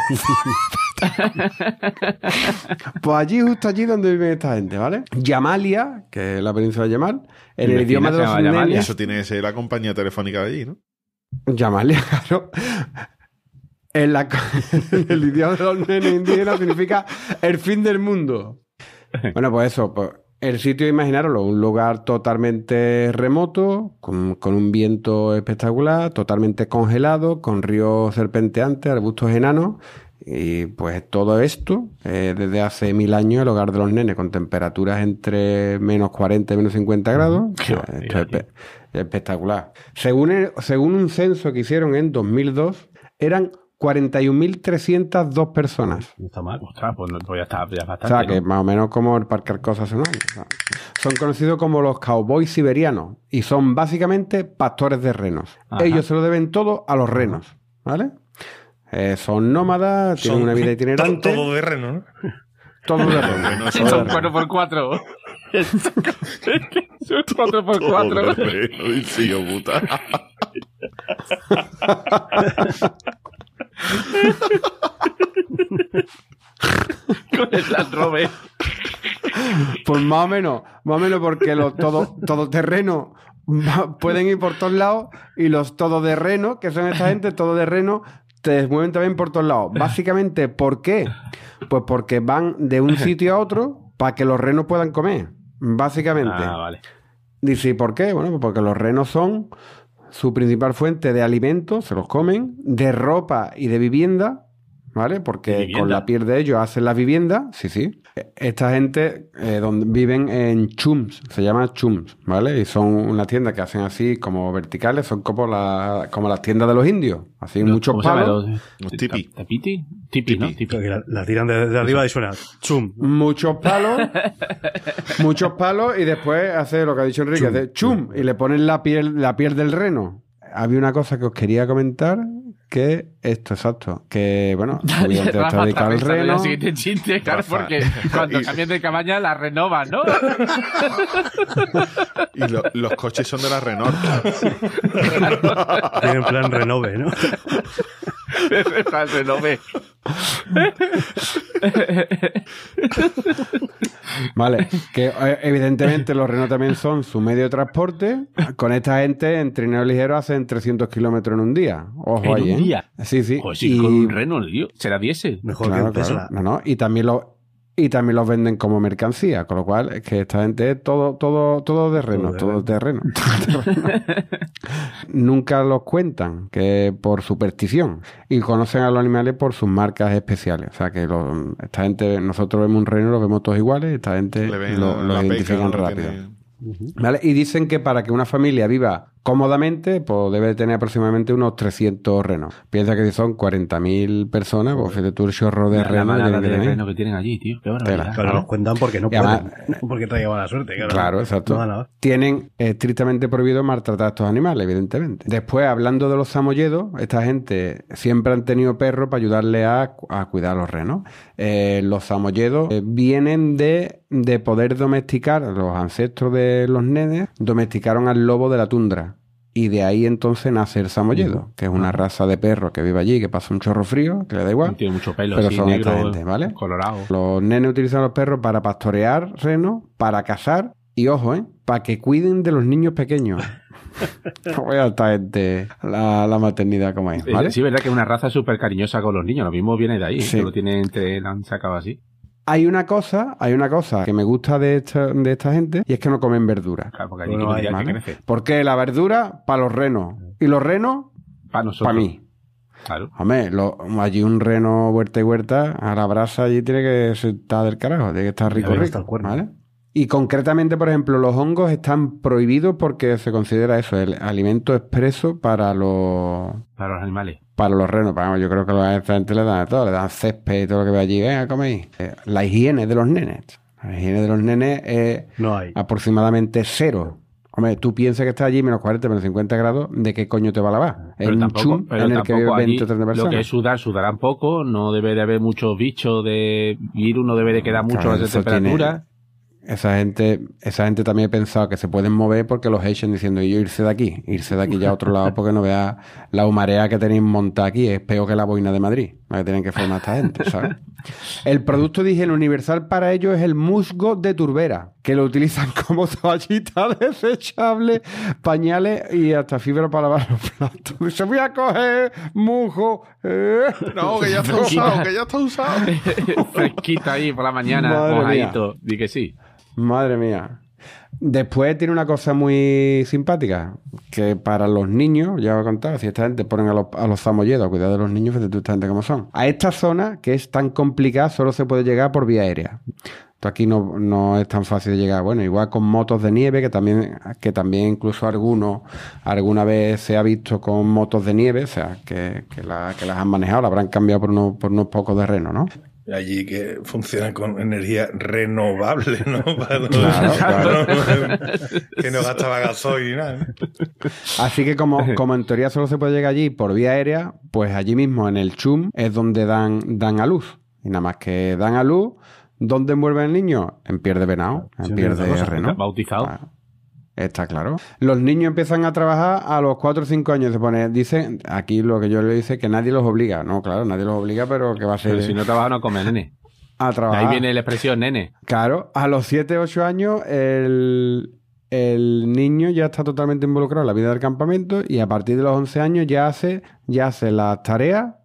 Pues allí, justo allí donde viven esta gente, ¿vale? Yamalia, que es la península de Yamal, en Mi el vecina idioma de se los llama Yamalia. nenes. Eso tiene que ser la compañía telefónica de allí, ¿no? Yamalia, claro. En, la, en el idioma de los nenes indígenas significa el fin del mundo. Bueno, pues eso, pues el sitio, imaginaroslo, un lugar totalmente remoto, con, con un viento espectacular, totalmente congelado, con ríos serpenteantes, arbustos enanos, y pues todo esto, eh, desde hace mil años, el hogar de los nenes, con temperaturas entre menos cuarenta y menos cincuenta grados. Qué O sea, esto es barbaridad, espe- espectacular. Según, el- según un censo que hicieron en dos mil dos, eran cuarenta y un mil trescientas dos personas. No está mal. Ostras, pues, no, pues ya está, ya es O bastante. sea, que ¿no? más o menos como el Parque Arcosa hace un año. O sea, son conocidos como los cowboys siberianos y son básicamente pastores de renos. Ajá. Ellos se lo deben todo a los renos, ¿vale? Eh, son nómadas, tienen Son una vida to- iterante. Todo de reno, ¿no? Todo de reno. Bueno, todo de Son reno. cuatro por cuatro. Son cuatro por cuatro. Pobre reno, y sí, oh, puta. Con el Land Rover. Pues más o menos, más o menos porque los todo, todoterrenos va- pueden ir por todos lados y los todoterrenos, que son esta gente, todoterrenos, te mueven también por todos lados. Básicamente, ¿por qué? Pues porque van de un sitio a otro para que los renos puedan comer. Básicamente. Ah, vale. Dice, ¿y por qué? Bueno, pues porque los renos son su principal fuente de alimentos, se los comen, de ropa y de vivienda, ¿vale? Porque ¿De vivienda? con la piel de ellos hacen la vivienda, sí, sí. Esta gente eh, donde viven en chums, se llama chums, ¿vale? Y son una tienda que hacen así como verticales, son como, la, como las tiendas de los indios, así muchos ¿Cómo se llama? palos, Los- Los tipi. ¿Tapiti? Tipi, ¿no? Tipi. Que la, la tiran de, de arriba y suena chum. muchos palos, muchos palos y después hace lo que ha dicho Enrique, hace chum y le ponen la piel, la piel del reno. Había una cosa que os quería comentar, que esto, exacto, que bueno, obviamente está Rafa dedicado al está pensando en reno. el siguiente chiste, claro, Rafa. porque cuando Y- cambian de cabaña la renovan, ¿no? Y lo- los coches son de la Renault. Tienen plan renove, ¿no? Para el renove. Vale, que eh, evidentemente los renos también son su medio de transporte. Con esta gente en trineo ligero hacen trescientos kilómetros en un día. Ojo ¿En ahí, un ¿eh? día? Sí, sí. Joder, sí, Y- con un reno, tío. Será diésel. Mejor Claro, que un Tesla. claro. No, no. Y también lo y también los venden como mercancía, con lo cual es que esta gente es todo, todo, todo de reno, Todo de todo terreno. Nunca los cuentan, que por superstición. Y conocen a los animales por sus marcas especiales. O sea que lo- esta gente, nosotros vemos un reno, los vemos todos iguales, esta gente Le ven lo, lo la identifican peca, lo rápido. tiene- ¿Vale? Y dicen que para que una familia viva cómodamente, pues debe tener aproximadamente unos trescientos renos. Piensa que si son cuarenta mil personas, pues fíjate tú el chorro de La, la renos. manada tienen que de tener. reno que tienen allí, tío. Qué barbaridad. Tela. Claro, los cuentan porque no Y además- pueden. Porque traía mala suerte. Claro, Claro, exacto. No da nada. Tienen estrictamente prohibido maltratar a estos animales, evidentemente. Después, hablando de los samoyedos, esta gente siempre han tenido perros para ayudarle a, a cuidar a los renos. Eh, los samoyedos eh, vienen de, de poder domesticar, los ancestros de los nenes domesticaron al lobo de la tundra. Y de ahí entonces nace el samoyedo, que es una raza de perro que vive allí, que pasa un chorro frío, que le da igual. Tiene mucho pelo, Pero así, son esta negro, gente, ¿vale? colorado. Los nenes utilizan a los perros para pastorear renos, para cazar y, ojo, ¿eh? Para que cuiden de los niños pequeños. No voy a esta gente la, la maternidad como es, ¿vale? Eh, Sí, verdad que es una raza súper cariñosa con los niños. Lo mismo viene de ahí, Sí. que lo tienen entre, lo han sacado así. Hay una cosa, hay una cosa que me gusta de esta, de esta gente y es que no comen verdura. Claro, porque allí Bueno, que hay- que ¿vale? crece. Porque la verdura para los renos y los renos Para nosotros. para mí. Claro. Hombre, lo- allí un reno huerta y huerta a la brasa allí tiene que estar del carajo, tiene que estar rico, ver rico, hasta el cuerno. ¿vale? Y concretamente, por ejemplo, los hongos están prohibidos porque se considera eso, el alimento expreso para los... Para los animales. Para los renos. Vamos, yo creo que a esta gente le dan de todo, le dan césped y todo lo que ve allí. Venga, coméis. Eh, la higiene de los nenes. La higiene de los nenes es No hay. aproximadamente cero. Hombre, tú piensas que estás allí menos cuarenta, menos cincuenta grados, ¿de qué coño te va a lavar? Pero En un tampoco, chum pero en el que tampoco viven allí veinte o treinta personas. lo que es sudar, sudarán poco, no debe de haber muchos bichos de virus, no debe de quedar mucho Claro, a esa eso temperatura. tiene- Esa gente, esa gente también ha pensado que se pueden mover porque los echen diciendo, y yo irse de aquí, irse de aquí ya a otro lado porque no vea la humarea que tenéis montada aquí, es peor que la boina de Madrid, la que tienen que formar esta gente, ¿sabes? El producto de higiene universal para ellos es el musgo de turbera, que lo utilizan como toallita desechable, pañales y hasta fibra para lavar los platos. Dice, voy a coger musgo. eh". No, que ya está usado, que ya está usado. Fresquita ahí por la mañana, Madre mojadito. Di que sí. Madre mía. Después tiene una cosa muy simpática, que para los niños, ya os he contado, si esta gente ponen a los, a los zamolledos a cuidar de los niños, fíjate tú esta gente cómo son. A esta zona, que es tan complicada, solo se puede llegar por vía aérea. Esto aquí no, no es tan fácil de llegar. Bueno, igual con motos de nieve, que también, que también incluso algunos, alguna vez se ha visto con motos de nieve, o sea, que, que, la- que las han manejado, la habrán cambiado por unos, por unos pocos de reno, ¿no? Allí que funciona con energía renovable, ¿no? Para- Claro, que no gastaba gasoil ni nada. Así que como, como en teoría solo se puede llegar allí por vía aérea, pues allí mismo en el chum es donde dan, dan a luz. Y nada más que dan a luz, ¿dónde envuelven el niño? En piel de venado, en Sí, piel otra de cosa. reno. Bautizado. Claro. Está claro. Los niños empiezan a trabajar a los cuatro o cinco años. Se pone, dicen, aquí lo que yo le dice que nadie los obliga. No, claro, nadie los obliga, pero que va a ser Pero si no trabaja, no come, nene. a De trabajar. ahí viene la expresión, nene. Claro, a los siete ocho años el, el niño ya está totalmente involucrado en la vida del campamento y a partir de los once años ya hace, ya hace las tareas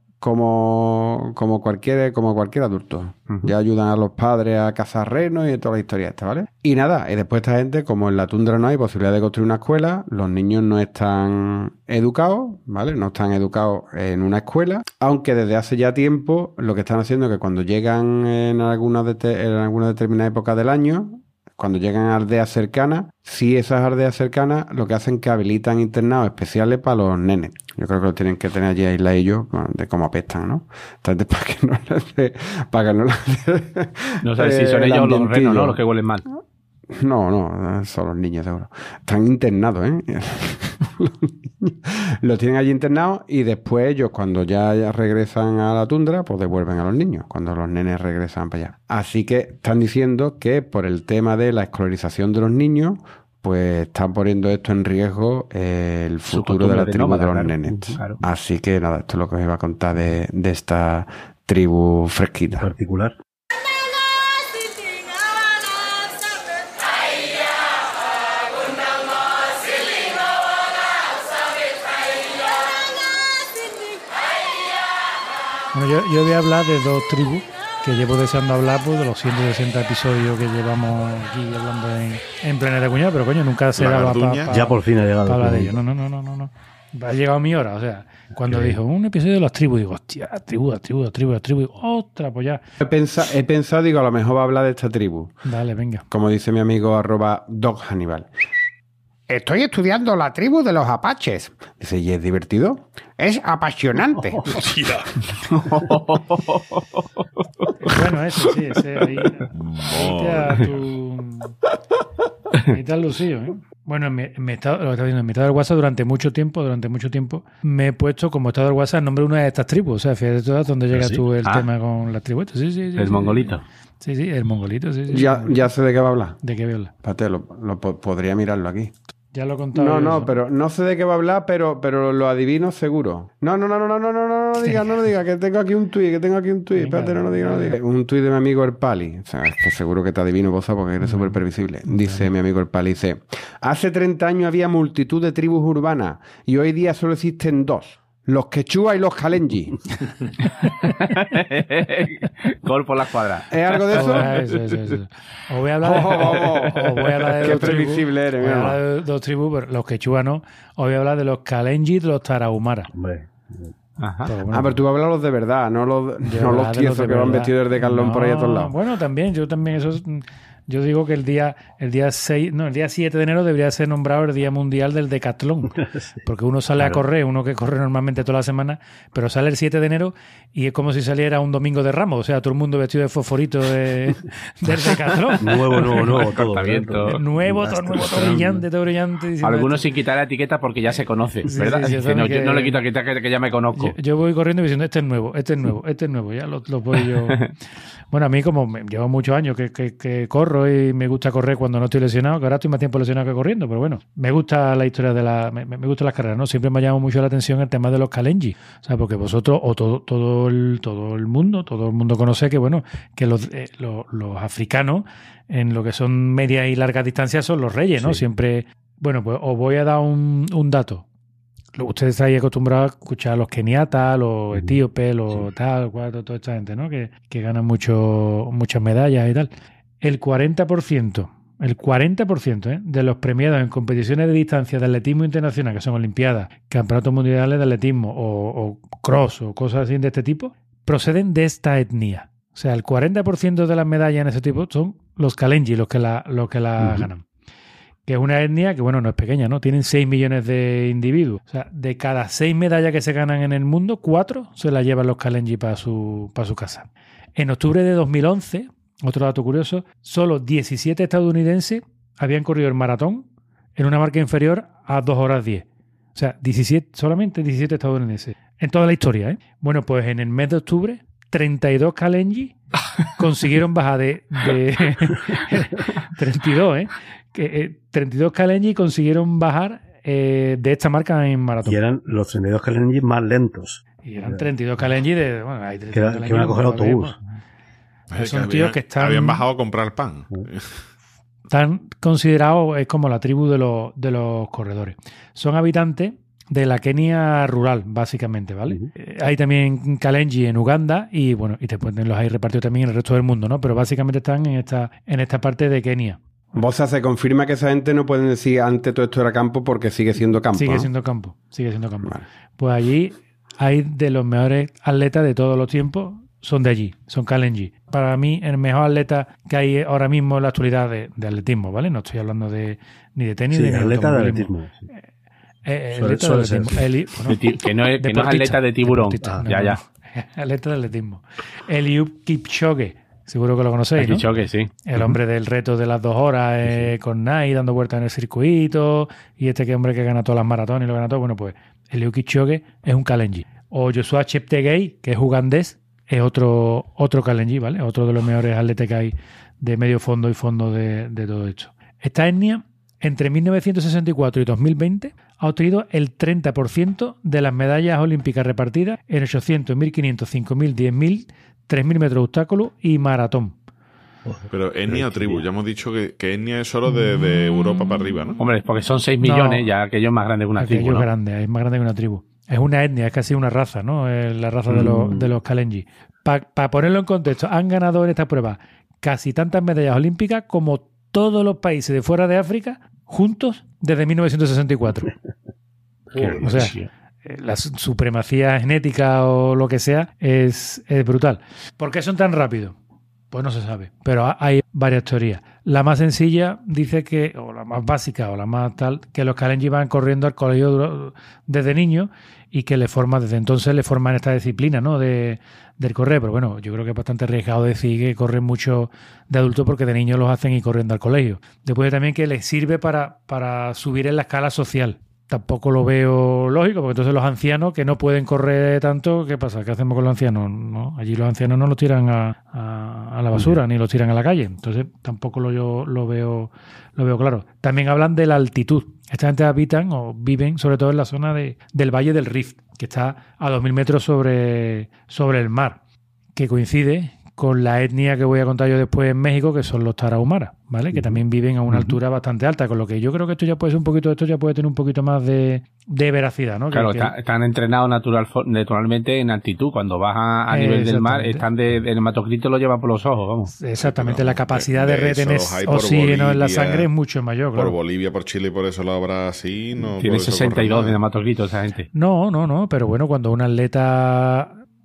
como, como, cualquier, como cualquier adulto. Ujú. Ya ayudan a los padres a cazar renos y toda la historia esta, ¿vale? Y nada, y después esta gente, como en la tundra no hay posibilidad de construir una escuela, los niños no están educados, ¿vale? No están educados en una escuela, aunque desde hace ya tiempo lo que están haciendo es que cuando llegan en alguna, dete- en alguna determinada época del año, cuando llegan a aldeas cercanas, sí esas aldeas cercanas lo que hacen es que habilitan internados especiales para los nenes. Yo creo que lo tienen que tener allí aislados de cómo apestan, ¿no? Entonces, para que no les dé- para que no les dé, No sé si eh, son el ellos los ambientillo. renos, ¿no? Los que huelen mal. No, no, son los niños, seguro. Están internados, ¿eh? Los tienen allí internados y después ellos, cuando ya, ya regresan a la tundra, pues devuelven a los niños, cuando los nenes regresan para allá. Así que están diciendo que por el tema de la escolarización de los niños, pues están poniendo esto en riesgo eh, el Su futuro de la costumbre de tribu nómada, de los claro. nenes. Claro. Así que nada, esto es lo que os iba a contar de, de esta tribu fresquita. Particular. Bueno, yo, yo voy a hablar de dos tribus que llevo deseando hablar pues, de los ciento sesenta episodios que llevamos aquí hablando en, en Planeta Cuñado, pero coño, nunca se La daba para Garduña. Ya por fin ha llegado. hablar de el ellos. No, no, no, no, no, no. Ha llegado mi hora, o sea, cuando dijo un episodio de las tribus, digo, hostia, tribu, la tribu, la tribu, la tribu, ostras, pues ya, He pensado, he pensado, digo, a lo mejor va a hablar de esta tribu. dale, venga. Como dice mi amigo arroba Dog Hannibal. Estoy estudiando la tribu de los apaches. Dice, ¿y es divertido? Es apasionante. Hostia. Bueno, ese sí, ese ahí, ahí te ha tu... ahí te has lucido, ¿eh? Bueno, en mi, en mi estado, lo que estaba diciendo, en mi estado del WhatsApp durante mucho tiempo, durante mucho tiempo, me he puesto como estado del WhatsApp el nombre de una de estas tribus. O sea, fíjate tú dónde llega sí? tú el Ah. tema con las tribus. Sí, sí, sí. El sí, mongolito. Sí, sí, el mongolito, sí, sí. Ya, ya sé de qué va a hablar. ¿De qué veo? Espérate, lo, lo po- podría mirarlo aquí. Ya lo he contado. No, yo no, eso. pero no sé de qué va a hablar, pero, pero lo adivino seguro. No, no, no, no, no, no, no, no, no digas, no lo digas, que tengo aquí un tuit, que tengo aquí un tuit. Venga, Espérate, no lo digas, no lo digas. Un tuit de mi amigo El Pali. O sea, es que seguro que te adivino, vos porque eres súper previsible. Dice mi amigo El Pali, dice, hace treinta años había multitud de tribus urbanas y hoy día solo existen dos. Los quechua y los kalenji. Gol por la cuadra. ¿Es algo de eso? Oh, eso, eso, eso. Os voy a hablar de, Ojo, vamos. os voy a hablar de Qué dos tribus. previsible eres, Os voy a mi hablar de dos tribus, pero los quechua no. Os voy a hablar de los kalenji y de los tarahumara. Hombre, Ajá. Pero bueno, Ah, pero tú vas a hablar los de verdad, no los, de no verdad, los de tiesos de que van verdad. vestidos de Carlón por ahí a todos No, lados. Bueno, también, yo también, eso es- Yo digo que el día el día seis, no, el día siete de enero debería ser nombrado el Día Mundial del Decatlón. Porque uno sale claro. a correr, uno que corre normalmente toda la semana, pero sale el siete de enero y es como si saliera un domingo de Ramos. O sea, todo el mundo vestido de fosforito de, del Decatlón. Nuevo, nuevo, nuevo, todo. todo nuevo, todo nuevo, todo brillante, todo brillante. Algunos sin quitar la etiqueta porque ya se conoce, ¿verdad? Sí, sí, sí, no, que... yo no le quito la etiqueta que ya me conozco. Yo, yo voy corriendo y diciendo, este es nuevo, este es nuevo, este es nuevo. Ya lo, lo voy yo... Bueno, a mí como me, llevo muchos años que, que, que corro y me gusta correr cuando no estoy lesionado, que ahora estoy más tiempo lesionado que corriendo, pero bueno, me gusta la historia de la... Me, me gustan las carreras, ¿no? Siempre me ha llamado mucho la atención el tema de los Kalenji. O sea, porque vosotros, o todo, todo, el, todo el mundo, todo el mundo conoce que, bueno, que los, eh, los, los africanos en lo que son medias y largas distancias son los reyes, ¿no? Sí. Siempre... Bueno, pues os voy a dar un, un dato. Ustedes estáis acostumbrados a escuchar a los keniatas, los etíopes, los sí. tal, cuatro, toda esta gente, ¿no? Que, que ganan mucho, muchas medallas y tal. El cuarenta por ciento, el cuarenta por ciento ¿eh? de los premiados en competiciones de distancia de atletismo internacional, que son olimpiadas, campeonatos mundiales de atletismo o, o cross o cosas así de este tipo, proceden de esta etnia. O sea, el cuarenta por ciento de las medallas en ese tipo son los Kalenji los que la, los que la uh-huh. ganan. Que es una etnia que, bueno, no es pequeña, ¿no? Tienen seis millones de individuos. O sea, de cada seis medallas que se ganan en el mundo, cuatro se las llevan los Kalenji para su, para su casa. En octubre de dos mil once, otro dato curioso, solo diecisiete estadounidenses habían corrido el maratón en una marca inferior a dos horas diez. O sea, diecisiete, solamente diecisiete estadounidenses. En toda la historia, ¿eh? Bueno, pues en el mes de octubre, treinta y dos Kalenji consiguieron bajar de... de treinta y dos, ¿eh? Que, eh, treinta y dos Kalenji consiguieron bajar eh, de esta marca en maratón. Y eran los treinta y dos Kalenji más lentos. Y eran treinta y dos Kalenji de... Bueno, hay que, era, que iban a coger autobús. Pues son que tíos habían, que están... Habían bajado a comprar pan. Están considerados, es como la tribu de los, de los corredores. Son habitantes de la Kenia rural, básicamente, ¿vale? Uh-huh. Eh, hay también Kalenji en Uganda y, bueno, y después los hay repartidos también en el resto del mundo, ¿no? Pero básicamente están en esta, en esta parte de Kenia. Boza, se confirma que esa gente no pueden decir antes todo esto era campo porque sigue siendo campo. Sigue ¿no? siendo campo, sigue siendo campo. Vale. Pues allí hay de los mejores atletas de todos los tiempos, son de allí, son Kalenji. Para mí, el mejor atleta que hay ahora mismo en la actualidad de, de atletismo, ¿vale? No estoy hablando de ni de tenis sí, ni de atleta de atletismo. Sí. Eh, suele, atleta de atletismo. El, bueno, que no es, que no es atleta de tiburón. Ah, no, ya, no, ya. Atleta de atletismo. Eliud Kipchoge. Seguro que lo conocéis, ¿no? Kipchoge, sí. El hombre del reto de las dos horas eh, sí. con Nike dando vueltas en el circuito y este que hombre que gana todas las maratones y lo gana todo. Bueno, pues Eliud Kipchoge es un Kalenji. O Joshua Cheptegei, que es ugandés, es otro, otro Kalenji, ¿vale? Otro de los mejores atletas que hay de medio fondo y fondo de, de todo esto. Esta etnia, entre mil novecientos sesenta y cuatro y dos mil veinte, ha obtenido el treinta por ciento de las medallas olímpicas repartidas en ochocientos, mil quinientos, cinco mil, diez mil, tres mil metros de obstáculo y maratón. Pero etnia o tribu, ya hemos dicho que, que etnia es solo de, de Europa para arriba, ¿no? Hombre, porque son seis millones, no, ya aquello es más grande que una tribu, ¿no? Es grande, es más grande que una tribu. Es una etnia, es casi una raza, ¿no? Es la raza mm. de los, de los Kalenji. Para pa ponerlo en contexto, han ganado en esta prueba casi tantas medallas olímpicas como todos los países de fuera de África juntos desde mil novecientos sesenta y cuatro. O sea, la supremacía genética o lo que sea es, es brutal. ¿Por qué son tan rápidos? Pues no se sabe, pero hay varias teorías. La más sencilla dice que, o la más básica, o la más tal, que los Kalenji van corriendo al colegio desde niños y que le forma, desde entonces le forman esta disciplina, ¿no? De, del correr. Pero bueno, yo creo que es bastante arriesgado decir que corren mucho de adultos porque de niños los hacen ir corriendo al colegio. Después también que les sirve para, para subir en la escala social. Tampoco lo veo lógico, porque entonces los ancianos que no pueden correr tanto, ¿qué pasa? ¿Qué hacemos con los ancianos? ¿No? Allí los ancianos no los tiran a, a, a la basura, ni los tiran a la calle. Entonces tampoco lo, yo lo veo lo veo claro. También hablan de la altitud. Esta gente habitan o viven sobre todo en la zona de, del Valle del Rift, que está a dos mil metros sobre, sobre el mar, que coincide con la etnia que voy a contar yo después en México, que son los tarahumaras, ¿vale? Que también viven a una uh-huh. altura bastante alta, con lo que yo creo que esto ya puede ser un poquito, esto ya puede tener un poquito más de, de veracidad, ¿no? Claro, que, está, que... están entrenados natural, naturalmente en altitud. Cuando vas a, a eh, nivel del mar, están de, el hematocrito lo lleva por los ojos, vamos. Exactamente, la capacidad de, de retener oxígeno Bolivia, en la sangre es mucho mayor, claro. Por Bolivia, por Chile, por eso lo habrá así, no. Tiene sesenta y dos de hematocrito esa gente. No, no, no, pero bueno, cuando un atleta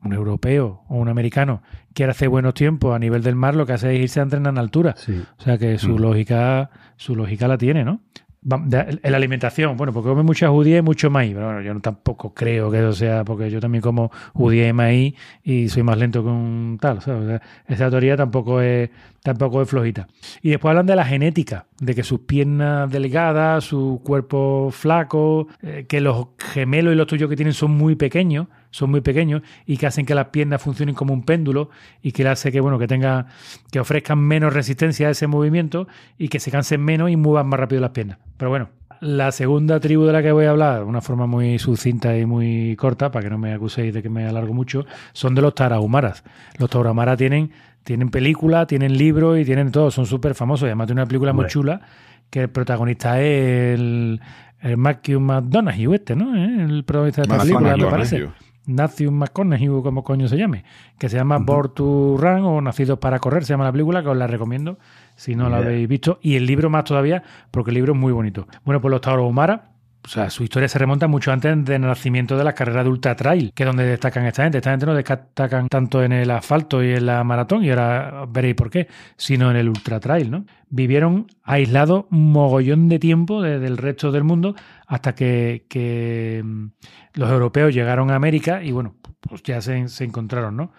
un europeo o un americano quiere hacer buenos tiempos a nivel del mar, lo que hace es irse a entrenar en altura. Sí. O sea que su Mm. lógica, su lógica la tiene, ¿no? Va- de- En la alimentación, bueno, porque come mucha judía y mucho maíz. Pero bueno, yo no, tampoco creo que eso sea, porque yo también como judía y maíz y soy más lento que un tal. ¿Sabes? O sea, esa teoría tampoco es, tampoco es flojita. Y después hablan de la genética, de que sus piernas delgadas, su cuerpo flaco, eh, que los gemelos y los tuyos que tienen son muy pequeños, son muy pequeños y que hacen que las piernas funcionen como un péndulo y que le hace que, bueno, que tenga, que ofrezcan menos resistencia a ese movimiento y que se cansen menos y muevan más rápido las piernas. Pero bueno, la segunda tribu de la que voy a hablar, de una forma muy sucinta y muy corta, para que no me acuséis de que me alargo mucho, son de los tarahumaras. Los tarahumaras tienen, tienen películas, tienen libros y tienen todo, son súper famosos. Y además tiene una película muy Hombre. chula que el protagonista es el, el Matthew McConaughey, este, ¿no? ¿Eh? El protagonista de esta Matthew película, me McConaughey. parece. Matthew McConaughey, o como coño se llame, que se llama Born to Run o Nacidos para Correr, se llama la película, que os la recomiendo si no la Yeah. habéis visto. Y el libro más todavía, porque el libro es muy bonito. Bueno, pues los Tarahumaras, o sea, su historia se remonta mucho antes del nacimiento de las carreras de ultra trail, que es donde destacan esta gente. Esta gente no destacan tanto en el asfalto y en la maratón, y ahora veréis por qué, sino en el ultra trail, ¿no? Vivieron aislados un mogollón de tiempo de- del resto del mundo hasta que, que mm, los europeos llegaron a América y, bueno, pues ya se, se encontraron, ¿no?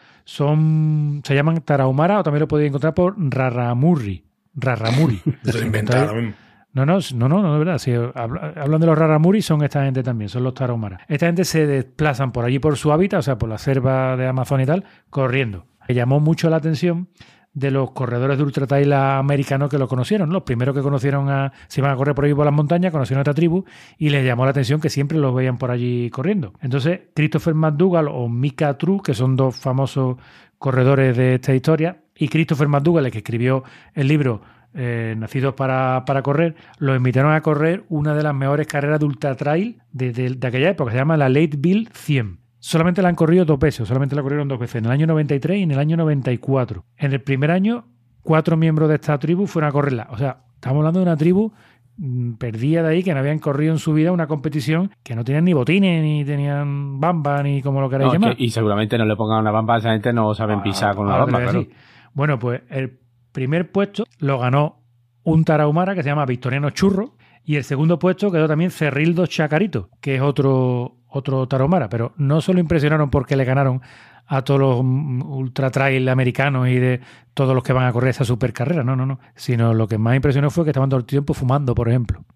Son, se llaman Tarahumara o también lo podéis encontrar por Raramuri. Raramuri. Se lo inventaron ahora mismo. No, no, no, no, no, de verdad. Si habla- hablan de los Raramuri, son esta gente también, son los Tarahumaras. Esta gente se desplazan por allí por su hábitat, o sea, por la selva de Amazon y tal, corriendo. Me llamó mucho la atención de los corredores de ultra trail americanos que lo conocieron, ¿no? Los primeros que conocieron a, se iban a correr por ahí por las montañas, conocieron a esta tribu y les llamó la atención que siempre los veían por allí corriendo. Entonces, Christopher McDougall o Micah True, que son dos famosos corredores de esta historia, y Christopher McDougall, el que escribió el libro eh, Nacidos para, para Correr, los invitaron a correr una de las mejores carreras de ultra trail de, de, de aquella época, se llama la Lateville cien. Solamente la han corrido dos veces, solamente la corrieron dos veces, en el año noventa y tres y en el año noventa y cuatro. En el primer año, cuatro miembros de esta tribu fueron a correrla. O sea, estamos hablando de una tribu mm, perdida de ahí, que no habían corrido en su vida una competición, que no tenían ni botines, ni tenían bamba, ni como lo queráis No, llamar. que- y seguramente no le pongan una bamba, esa gente no saben pisar con una Ahora te bamba, voy a claro. decir. Bueno, pues el primer puesto lo ganó un tarahumara que se llama Victoriano Churro y el segundo puesto quedó también Cerrildo Chacarito, que es otro, otro tarahumara, pero no solo impresionaron porque le ganaron a todos los mm, ultra trail americanos y de todos los que van a correr esa super carrera, no, no, no, sino lo que más impresionó fue que estaban todo el tiempo fumando, por ejemplo.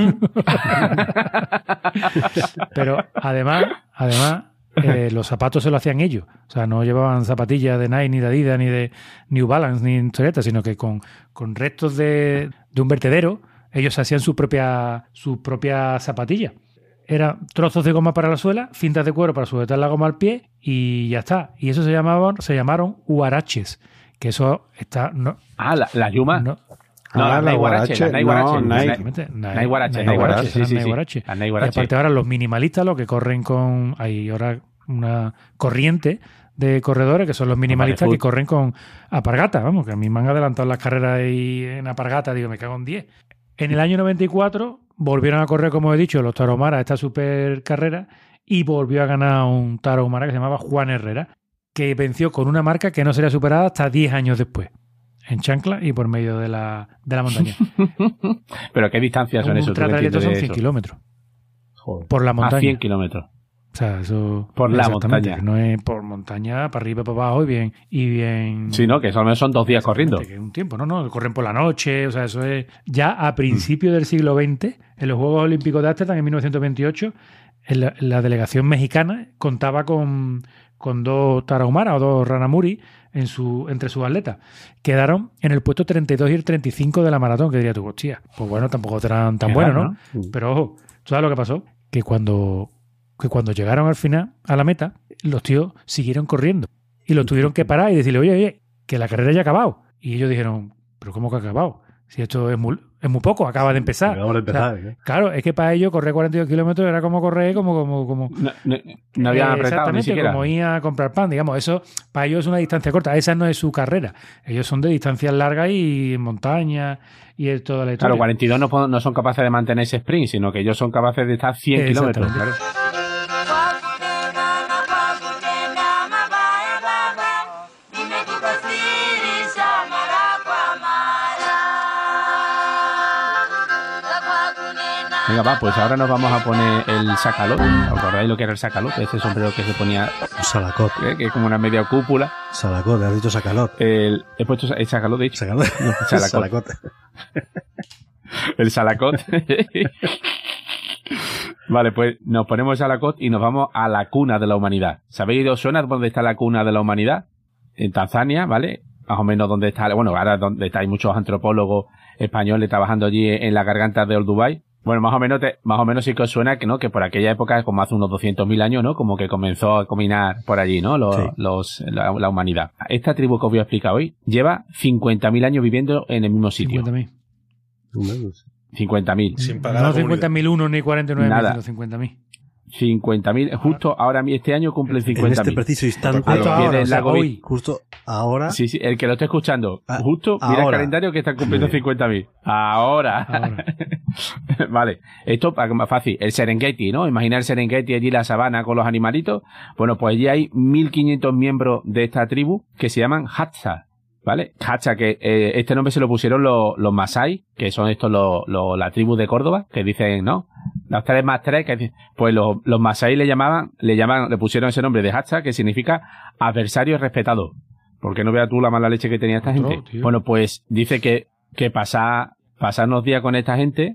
Pero además, además eh, los zapatos se lo hacían ellos. O sea, no llevaban zapatillas de Nike, ni de Adidas, ni de New Balance, ni historietas, sino que con, con restos de, de un vertedero, ellos hacían su propia, su propia zapatilla. Eran trozos de goma para la suela, cintas de cuero para sujetar la goma al pie y ya está. Y eso se llamaban, se llamaron huaraches. Que eso está... No, Ah, la, la Yuma. no, No, Ah, las la Nai Guarache, las Nai Guarache, Guarache. no, las Nai- Nai- Exactamente. Nai Guarache, Nai Guarache, sí, sí, Nai sí. Guarache. Las Nai Y Guarache. aparte ahora los minimalistas, los que corren con... Hay ahora una corriente de corredores que son los minimalistas Vale, que corren con apargata. Vamos, que a mí me han adelantado las carreras y en apargata, digo, me cago en diez. En el año noventa y cuatro volvieron a correr, como he dicho, los Tarahumaras esta super carrera y volvió a ganar un Tarahumara que se llamaba Juan Herrera, que venció con una marca que no sería superada hasta diez años después. En chancla y por medio de la, de la montaña. Pero ¿qué distancias son Un esos? ¿Tú qué ultratrail entiendes son de cien eso? kilómetros. Joder. Por la A montaña. cien kilómetros. O sea, eso... Por la exactamente, montaña. que no es por montaña, para arriba, para abajo y bien... Y bien Sí, ¿no? Que eso al menos son dos días corriendo. Que es un tiempo, no, no, corren por la noche, o sea, eso es... Ya a principios del siglo veinte, en los Juegos Olímpicos de Ámsterdam, en mil novecientos veintiocho, en la, la delegación mexicana contaba con, con dos tarahumaras o dos ranamuri en su, entre sus atletas. Quedaron en el puesto treinta y dos y el treinta y cinco de la maratón, que diría tú, hostia, pues bueno, tampoco eran tan Qué buenos, raro, ¿no? Pero ojo, ¿tú sabes lo que pasó? Que cuando, que cuando llegaron al final, a la meta, los tíos siguieron corriendo y los tuvieron que parar y decirle, oye, oye, que la carrera ya ha acabado. Y ellos dijeron, ¿pero cómo que ha acabado? Si esto es muy, es muy poco, acaba de empezar. Acabamos de empezar, O sea, ¿eh? claro, es que para ellos correr cuarenta y dos kilómetros era como correr, como... como, como No, no, no habían eh, apretado ni exactamente, siquiera. como ir a comprar pan, digamos. Eso para ellos es una distancia corta. Esa no es su carrera. Ellos son de distancias largas y en montaña y es toda la historia. Claro, cuarenta y dos no, po- no son capaces de mantener ese sprint, sino que ellos son capaces de estar cien kilómetros. Exactamente. Claro. Venga, va, pues ahora nos vamos a poner el sacalot. ¿Os acordáis lo que era el sacalot? Ese sombrero que se ponía... Salacot. ¿eh? Que es como una media cúpula. Salacot, has dicho sacalot. El, he puesto el sacalot, de hecho. Sacalot. No, salacot. Salacot. El salacot. Vale, pues nos ponemos el salacot y nos vamos a la cuna de la humanidad. ¿Sabéis, os suena dónde está la cuna de la humanidad? En Tanzania, ¿vale? Más o menos donde está... Bueno, ahora donde está, hay muchos antropólogos españoles trabajando allí en la garganta de Old Dubai. Bueno, más o menos te, más o menos sí que os suena que no, que por aquella época, como hace unos doscientos mil años, ¿no? Como que comenzó a caminar por allí, ¿no? Los, sí. los, la, la humanidad. Esta tribu que os voy a explicar hoy lleva cincuenta mil años viviendo en el mismo sitio. cincuenta mil. cincuenta mil. Sin pagar no cincuenta mil uno ni cuarenta y nueve mil, sino cincuenta mil. cincuenta mil, justo ahora este año cumplen cincuenta mil. En este preciso instante. A los pies del lago hoy. Justo ahora. Sí, sí, el que lo esté escuchando. Ah, justo, mira ahora. el calendario que están cumpliendo cincuenta mil. Ahora. ahora. Vale, esto para más fácil. El Serengeti, ¿no? Imaginar el Serengeti allí la sabana con los animalitos. Bueno, pues allí hay mil quinientos miembros de esta tribu que se llaman Hadza. ¿Vale? Hadza, que eh, este nombre se lo pusieron los, los Masai, que son estos los, los, la tribu de Córdoba, que dicen, ¿no? Los tres más tres, que pues los, los Masai le llamaban, le llamaban, le pusieron ese nombre de Hadza, que significa adversario respetado. Porque no veas tú la mala leche que tenía esta gente. No, bueno, pues dice que, que pasar, pasar unos días con esta gente,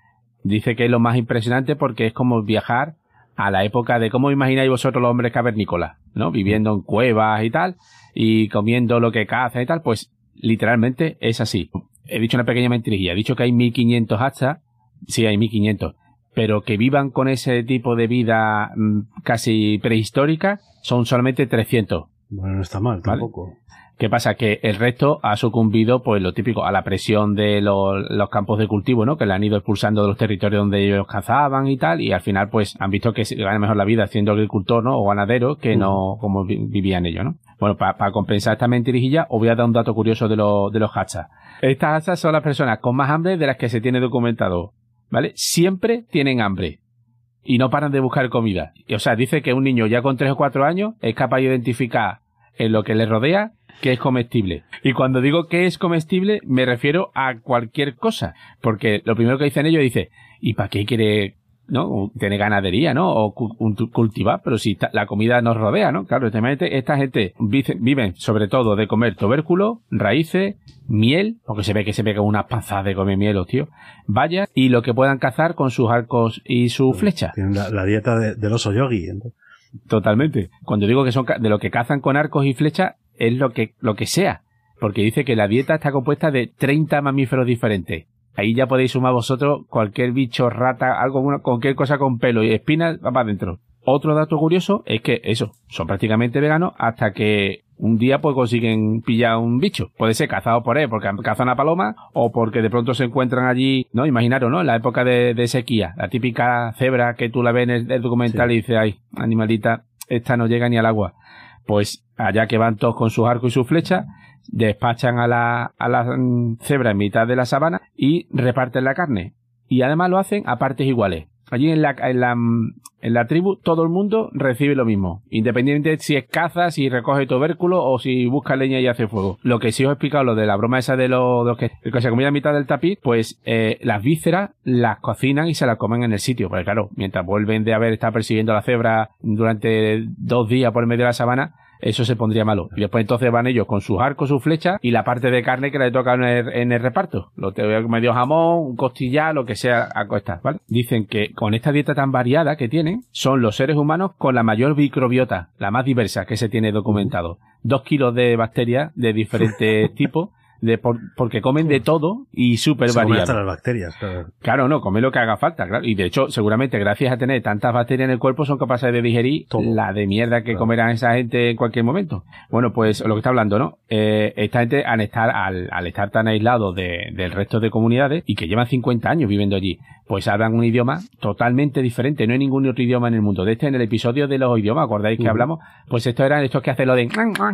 dice que es lo más impresionante porque es como viajar a la época de cómo imagináis vosotros los hombres cavernícolas, ¿no? Viviendo en cuevas y tal, y comiendo lo que cazan y tal, pues literalmente es así. He dicho una pequeña mentirilla, he dicho que hay mil quinientos Hadza, sí hay mil quinientos, pero que vivan con ese tipo de vida mmm, casi prehistórica son solamente trescientos. Bueno, no está mal, tampoco. ¿Vale? ¿Qué pasa? Que el resto ha sucumbido, pues lo típico, a la presión de los, los campos de cultivo, ¿no? Que le han ido expulsando de los territorios donde ellos cazaban y tal, y al final, pues, han visto que se gana mejor la vida siendo agricultor, ¿no? O ganadero, que uh-huh. no como vi- vivían ellos, ¿no? Bueno, para pa compensar esta mentirijilla, os voy a dar un dato curioso de, lo, de los Hadza. Estas Hadza son las personas con más hambre de las que se tiene documentado, ¿vale? Siempre tienen hambre. Y no paran de buscar comida. O sea, dice que un niño ya con tres o cuatro años es capaz de identificar en lo que le rodea que es comestible. Y cuando digo que es comestible, me refiero a cualquier cosa. Porque lo primero que dicen ellos, dice, ¿y para qué quiere, no? Tener ganadería, ¿no? O cultivar, pero si la comida nos rodea, ¿no? Claro, esta gente vive sobre todo de comer tubérculos, raíces, miel, porque se ve que se pega unas panzadas de comer miel, tío, bayas, y lo que puedan cazar con sus arcos y su flecha. Tienen la, la dieta de, del oso yogi, ¿no? Totalmente. Cuando digo que son de lo que cazan con arcos y flechas, es lo que, lo que sea. Porque dice que la dieta está compuesta de treinta mamíferos diferentes. Ahí ya podéis sumar vosotros cualquier bicho, rata, algo, cualquier cosa con pelo y espinas, va para adentro. Otro dato curioso es que eso, son prácticamente veganos hasta que un día pues consiguen pillar un bicho. Puede ser cazado por él porque cazan a paloma o porque de pronto se encuentran allí, no, imaginaros, ¿no? En la época de, de sequía, la típica cebra que tú la ves en el, el documental sí. Y dices, ay, animalita, esta no llega ni al agua. Pues allá que van todos con sus arcos y sus flechas, despachan a la, a la cebra en mitad de la sabana y reparten la carne. Y además lo hacen a partes iguales. Allí en la, en la, en la tribu todo el mundo recibe lo mismo, independientemente de si es caza, si recoge tubérculo o si busca leña y hace fuego. Lo que sí os he explicado, lo de la broma esa de los lo que, lo que se comía a mitad del tapiz, pues eh, las vísceras las cocinan y se las comen en el sitio, porque claro, mientras vuelven de haber estado persiguiendo a la cebra durante dos días por el medio de la sabana, eso se pondría malo. Y después entonces van ellos con sus arcos, sus flechas y la parte de carne que les toca en el, en el reparto. Lo medio jamón, un costillar, lo que sea a costas, ¿vale? Dicen que con esta dieta tan variada que tienen, son los seres humanos con la mayor microbiota, la más diversa que se tiene documentado. Dos kilos de bacterias de diferentes tipos. De por, porque comen de todo y súper variado. Hasta las bacterias, claro. Claro, no, comen lo que haga falta, claro. Y de hecho, seguramente gracias a tener tantas bacterias en el cuerpo son capaces de digerir todo. La de mierda que claro. Comerán esa gente en cualquier momento. Bueno, pues lo que está hablando, ¿no? Eh, esta gente al estar, al, al estar tan aislados de, del resto de comunidades y que llevan cincuenta años viviendo allí, pues hablan un idioma totalmente diferente. No hay ningún otro idioma en el mundo. De este, en el episodio de los idiomas, ¿acordáis que uh-huh. hablamos? Pues estos eran estos que hacen lo de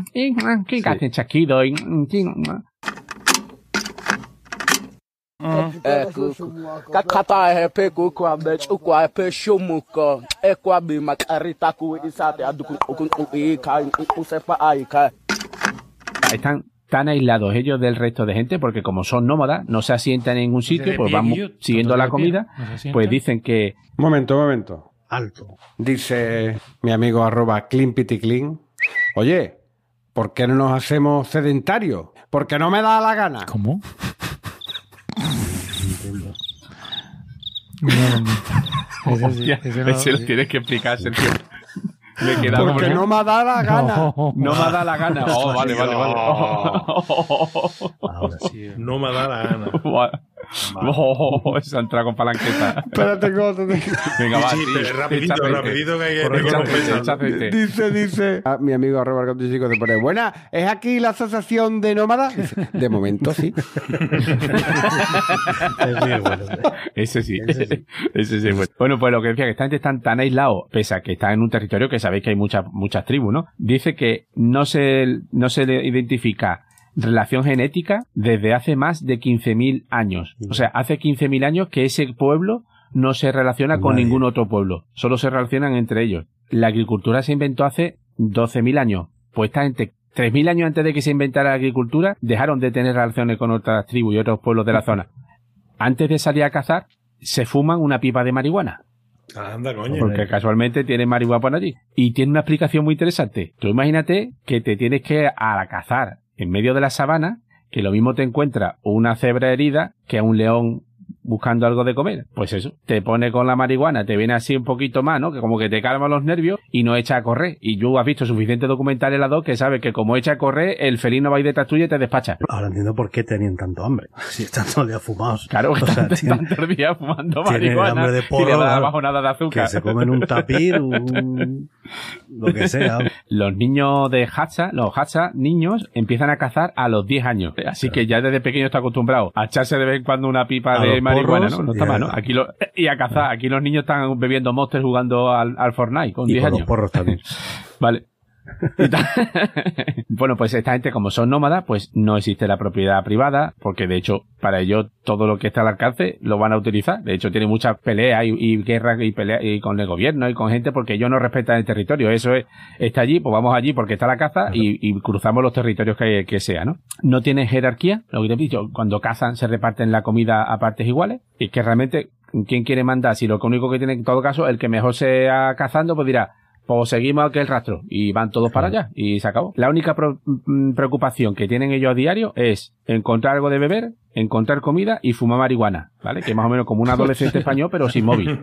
que hacen chasquido y kakata epe ko ko abech ko epe shomuko e ko abi makarita ku isate aduku ku e ka ku sepa ai ka están tan aislados ellos del resto de gente, porque como son nómadas, no se asientan en ningún sitio, pues van siguiendo la comida, pues dicen que... Un momento, un momento. Alto. Dice mi amigo arroba cleanpiticlean. Oye, ¿por qué no nos hacemos sedentarios? Porque no me da la gana. ¿Cómo? No, ese, sí, ese, no, ese lo sí. tienes que explicar, Sergio. Me queda Porque no me da la gana. No, no me da la gana. Oh, vale, vale, vale. Ahora sí. No me da la gana. Oh, esa entrada con palanqueta. Espérate, ¿cómo te Venga, va, Sí, sí, pero rapidito, échate, rapidito que hay que- por hay que échate, compensar. échate. Dice, dice. Ah, mi amigo arroba Arcando Chico se pone. Buena, ¿es aquí la asociación de nómadas? Dice, de momento sí. Es muy bueno. Ese sí, ese sí. Ese sí, bueno. Bueno, pues lo que decía, que esta gente están tan aislados, pese a que están en un territorio que sabéis que hay muchas muchas tribus, ¿no? Dice que no se, no se le identifica relación genética desde hace más de quince mil años. O sea, hace quince mil años que ese pueblo no se relaciona con Nadie. ningún otro pueblo. Solo se relacionan entre ellos. La agricultura se inventó hace doce mil años. Pues esta gente, tres mil años antes de que se inventara la agricultura, dejaron de tener relaciones con otras tribus y otros pueblos de la zona. Antes de salir a cazar, se fuman una pipa de marihuana. Anda, coño. Porque casualmente tiene marihuana por allí. Y tiene una explicación muy interesante. Tú imagínate que te tienes que a cazar en medio de la sabana, que lo mismo te encuentra una cebra herida que a un león buscando algo de comer. Pues eso, te pone con la marihuana, te viene así un poquito más, ¿no? Que como que te calma los nervios y no echa a correr. Y yo has visto suficiente documental en la dos que sabe que como echa a correr, el felino va a ir detrás tuya y te despacha. Ahora entiendo por qué tenían tanto hambre. Si están todo el día fumados. Claro, O sea, están tienen- todo el día fumando tienen marihuana hambre de porro, y le da claro, abajo nada de azúcar. que se comen un tapir, un... lo que sea. Los niños de Hadza, los Hadza, niños, empiezan a cazar a los diez años. Así que ya desde pequeño está acostumbrado a echarse de vez en cuando una pipa A de los marihuana, porros ¿no? No está y a- mal, ¿no? Aquí lo, y a cazar. Aquí los niños están bebiendo Monster jugando al, al Fortnite con Y diez con los años. porros también. Vale. Y ta- bueno, pues esta gente, como son nómadas, pues no existe la propiedad privada, porque de hecho, para ellos, todo lo que está al alcance lo van a utilizar. De hecho, tiene muchas peleas y, y guerras y peleas y con el gobierno y con gente, porque ellos no respetan el territorio. Eso es, está allí, pues vamos allí porque está la caza y, y cruzamos los territorios que, que sea, ¿no? No tienen jerarquía, lo que te he dicho, cuando cazan se reparten la comida a partes iguales, y que realmente, ¿quién quiere mandar? Si lo único que tiene, en todo caso, el que mejor sea cazando, pues dirá, pues seguimos aquel rastro y van todos para allá y se acabó. La única pro- mm, preocupación que tienen ellos a diario es encontrar algo de beber, encontrar comida y fumar marihuana, ¿vale? Que más o menos como un adolescente español pero sin móvil.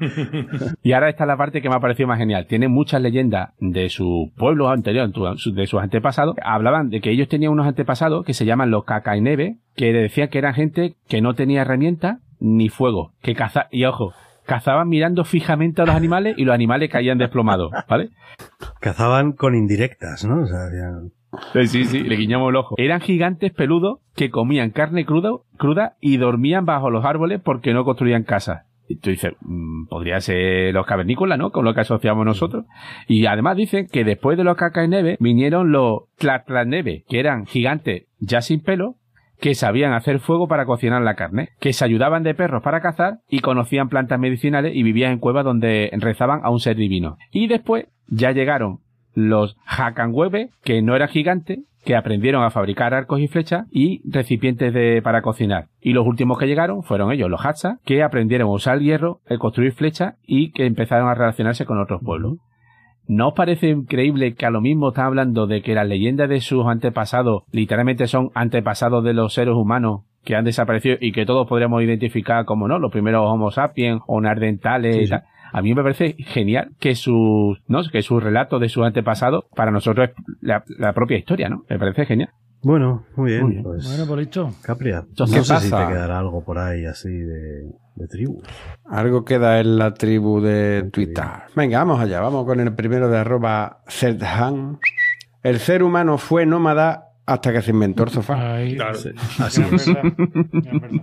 Y ahora está la parte que me ha parecido más genial. Tienen muchas leyendas de sus pueblos anteriores, de sus antepasados. Hablaban de que ellos tenían unos antepasados que se llaman los Cacainebe, que decían que eran gente que no tenía herramientas ni fuego, que caza y ojo, cazaban mirando fijamente a los animales y los animales caían desplomados, ¿vale? Cazaban con indirectas, ¿no? O sea, hacían- Sí, sí, le guiñamos el ojo. Eran gigantes peludos que comían carne cruda, cruda y dormían bajo los árboles porque no construían casas. Y tú dices, mmm, podría ser los cavernícolas, ¿no? Con lo que asociamos nosotros. Y además dicen que después de los Cacainebe vinieron los Tlatlanebe, que eran gigantes ya sin pelo, que sabían hacer fuego para cocinar la carne, que se ayudaban de perros para cazar y conocían plantas medicinales y vivían en cuevas donde rezaban a un ser divino. Y después ya llegaron los Hakanwebe, que no eran gigantes, que aprendieron a fabricar arcos y flechas y recipientes de, para cocinar. Y los últimos que llegaron fueron ellos, los Hadza, que aprendieron a usar el hierro, a construir flechas y que empezaron a relacionarse con otros pueblos. ¿No os parece increíble que a lo mismo está hablando de que las leyendas de sus antepasados literalmente son antepasados de los seres humanos que han desaparecido y que todos podríamos identificar como, ¿no?, los primeros Homo sapiens o neandertales Sí, y sí. tal? A mí me parece genial que sus, ¿no?, que sus relatos de sus antepasados para nosotros es la, la propia historia, ¿no? Me parece genial. Bueno, muy bien. Muy bien. Pues, Bueno, pues listo. Capria, no ¿Qué sé si pasa? te quedará algo por ahí así de, de tribus. Algo queda en la tribu de Twitter. Venga, vamos allá. Vamos con el primero de arroba Zedhan. El ser humano fue nómada hasta que se inventó el sofá. Ahí, Claro. Así es es. verdad, es verdad.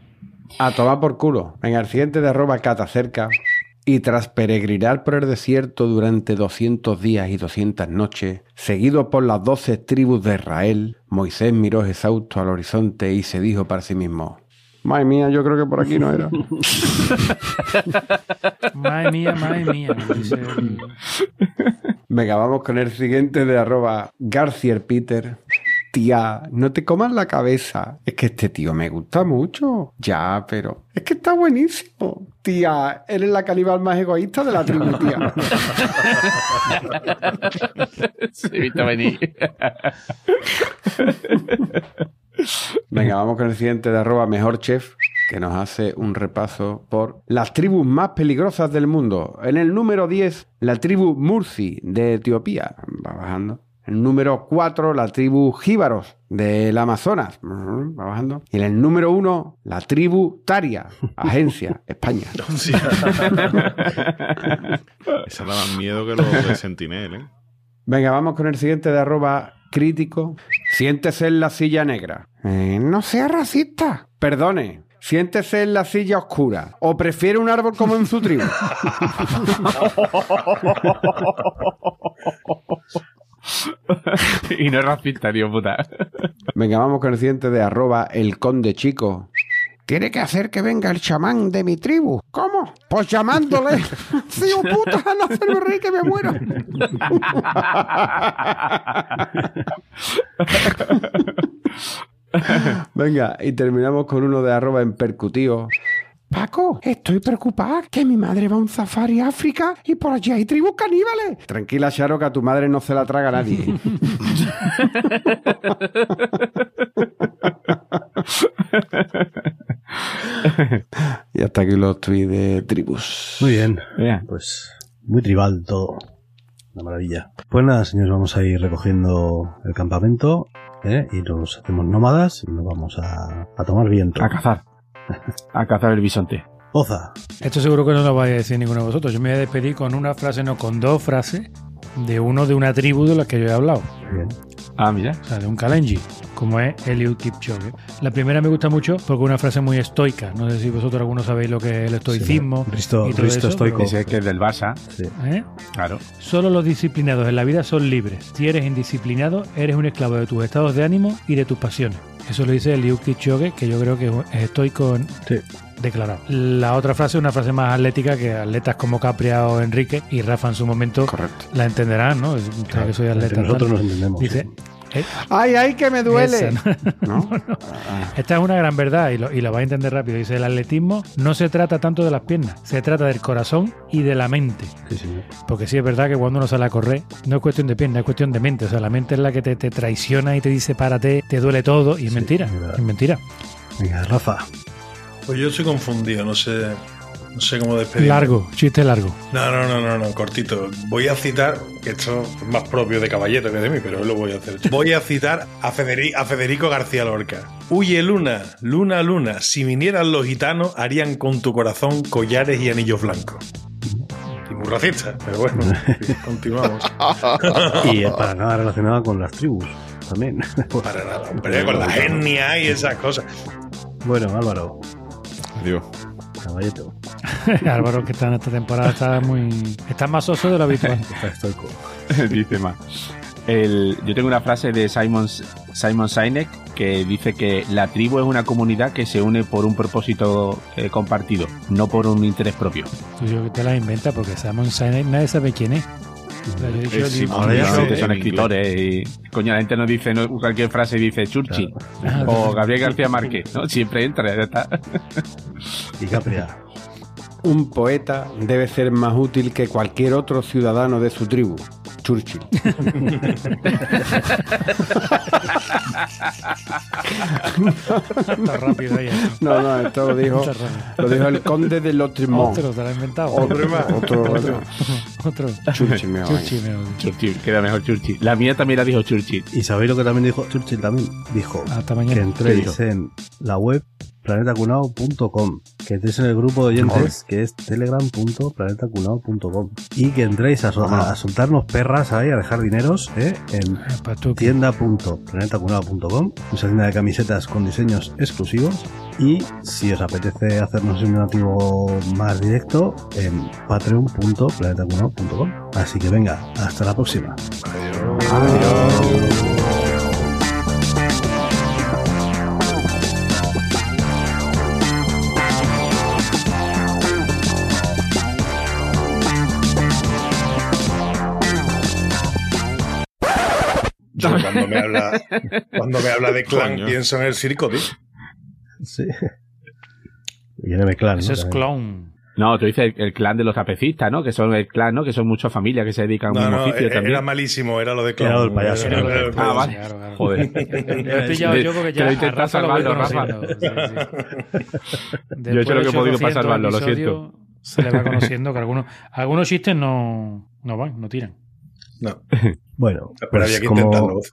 A tomar por culo. Venga, el siguiente de arroba Catacerca. Y tras peregrinar por el desierto durante doscientos días y doscientas noches, seguido por las doce tribus de Israel, Moisés miró exhausto al horizonte y se dijo para sí mismo: madre mía, yo creo que por aquí no era. Madre mía, madre mía. Dice el- Venga, vamos con el siguiente de arroba Garcier Peter. Tía, no te comas la cabeza. Es que este tío me gusta mucho. Ya, pero es que está buenísimo. Tía, eres la caníbal más egoísta de la tribu, tía. Se evita venir. Venga, vamos con el siguiente de arroba mejor chef, que nos hace un repaso por las tribus más peligrosas del mundo. En el número diez, la tribu Mursi de Etiopía. Va bajando. En el número cuatro, la tribu Jíbaros del Amazonas. Va bajando. Y en el número uno, la tribu Taria, Agencia, España. Esa daba más miedo que los de Sentinel, ¿eh? Venga, vamos con el siguiente de arroba crítico. Siéntese en la silla negra. Eh, no sea racista. Perdone. Siéntese en la silla oscura. ¿O prefiere un árbol como en su tribu? Y no es racista, tío puta. Venga, vamos con el siguiente de arroba el conde chico. Tiene que hacer que venga el chamán de mi tribu. ¿Cómo? Pues llamándole. ¡Sí, oh, puta! ¡No hacerme reír que me muero! Venga, y terminamos con uno de arroba en percutío. Paco, estoy preocupada que mi madre va a un safari a África y por allí hay tribus caníbales. Tranquila, Charo, que a tu madre no se la traga nadie. Y hasta aquí los tweets de tribus. Muy bien. Bien. Pues muy tribal todo. Una maravilla. Pues nada, señores, vamos a ir recogiendo el campamento, ¿eh? Y nos hacemos nómadas y nos vamos a, a tomar viento. A cazar. A cazar el bisonte. Oza. Esto seguro que no lo vais a decir ninguno de vosotros. Yo me voy a despedir con una frase, no, con dos frases de uno de una tribu de la que yo he hablado. Bien. Ah, mira. O sea, de un Kalenji, como es Eliud Kipchoge. La primera me gusta mucho porque es una frase muy estoica. No sé si vosotros algunos sabéis lo que es el estoicismo. Sí, Risto, y todo Risto eso, estoico. Dice que es del Barça. Sí. ¿eh? Claro. Solo los disciplinados en la vida son libres. Si eres indisciplinado, eres un esclavo de tus estados de ánimo y de tus pasiones. Eso lo dice Eliud Kipchoge, que yo creo que es estoico en... Sí. declarado. La otra frase es una frase más atlética que atletas como Capria o Enrique y Rafa en su momento Correcto. la entenderán, ¿no? Claro, que soy atleta. Nosotros tal. nos entendemos. Dice, Sí. eh, ¡Ay, ay, que me duele! esa, ¿no? ¿No? No, no. Esta es una gran verdad y lo, y lo vais a entender rápido. Dice, el atletismo no se trata tanto de las piernas, se trata del corazón y de la mente. Sí, sí. Porque sí es verdad que cuando uno sale a correr no es cuestión de pierna, es cuestión de mente. O sea, la mente es la que te, te traiciona y te dice párate, te duele todo y es Sí, mentira, es verdad. es mentira. Venga, Rafa. Pues yo estoy confundido, no sé, no sé cómo despedirme. Largo, chiste largo. No, no, no, no, no, cortito. Voy a citar, que esto es más propio de Caballero que de mí, pero hoy lo voy a hacer. Voy a citar a, Federi- a Federico García Lorca. Huye luna, luna, luna, si vinieran los gitanos harían con tu corazón collares y anillos blancos. Y muy racista, pero bueno, sí, continuamos. Y eh, para nada relacionada con las tribus también. Para nada, hombre, con la etnia y esas cosas. Bueno, Álvaro. Adiós. Caballeto. Álvaro, que está en esta temporada, está muy. Está más oso de lo habitual. Está estoico. Dice más. El, yo tengo una frase de Simon, Simon Sinek que dice que la tribu es una comunidad que se une por un propósito eh, compartido, no por un interés propio. Tú yo que te la inventas porque Simon Sinek nadie sabe quién es. O sea, yo he dicho Es el libro- Simon Ahora ya Sinek, sé Que son en escritores y coño, la gente no dice no, cualquier frase dice Churchill Ah, o Gabriel García Márquez, ¿no? Siempre entra, ya está. Y Capria. Un poeta debe ser más útil que cualquier otro ciudadano de su tribu. Churchill. Está rápido ahí. No, no, esto lo dijo, Está rápido. lo dijo el conde de Lautremont. Otro, te lo has inventado. Otro, otro, otro. Otro. Churchill, me va. Churchill, me va. Churchill, queda mejor Churchill. La mía también la dijo Churchill. Y sabéis lo que también dijo Churchill también dijo Hasta que mañana. entréis en la web planeta cunao punto com, que entréis en el grupo de oyentes que es telegram punto planeta cunao punto com y que entréis a, so- a, a soltarnos perras ahí, a dejar dineros, ¿eh? En Eh, pa' tú que- tienda punto planeta cunao punto com, una tienda de camisetas con diseños exclusivos. Y si os apetece hacernos un donativo más directo, en patreon punto planeta cunao punto com. Así que venga, hasta la próxima. Yo cuando me habla, cuando me habla de clan Coño. pienso en el circo, tío. Sí. Viene de clan, Eso ¿no? es También. clown. No, tú dices el, el clan de los trapecistas, ¿no? Que son el clan, ¿no? Que son muchas familias que se dedican a un No, mismo no, oficio era, también. era malísimo, era lo de clan. Era lo del payaso. Era lo del Ah, payaso. vale. Claro, claro. Joder. Lo he pillado yo porque ya Pero a intenta Rafa lo voy salvarlo, Rafa. conociendo. Sí, sí. Yo he hecho lo que he podido para salvarlo, lo episodios, Se le va conociendo que algunos, algunos chistes no, no van, no tiran. No, Bueno, pero pues había que como, intentarlo.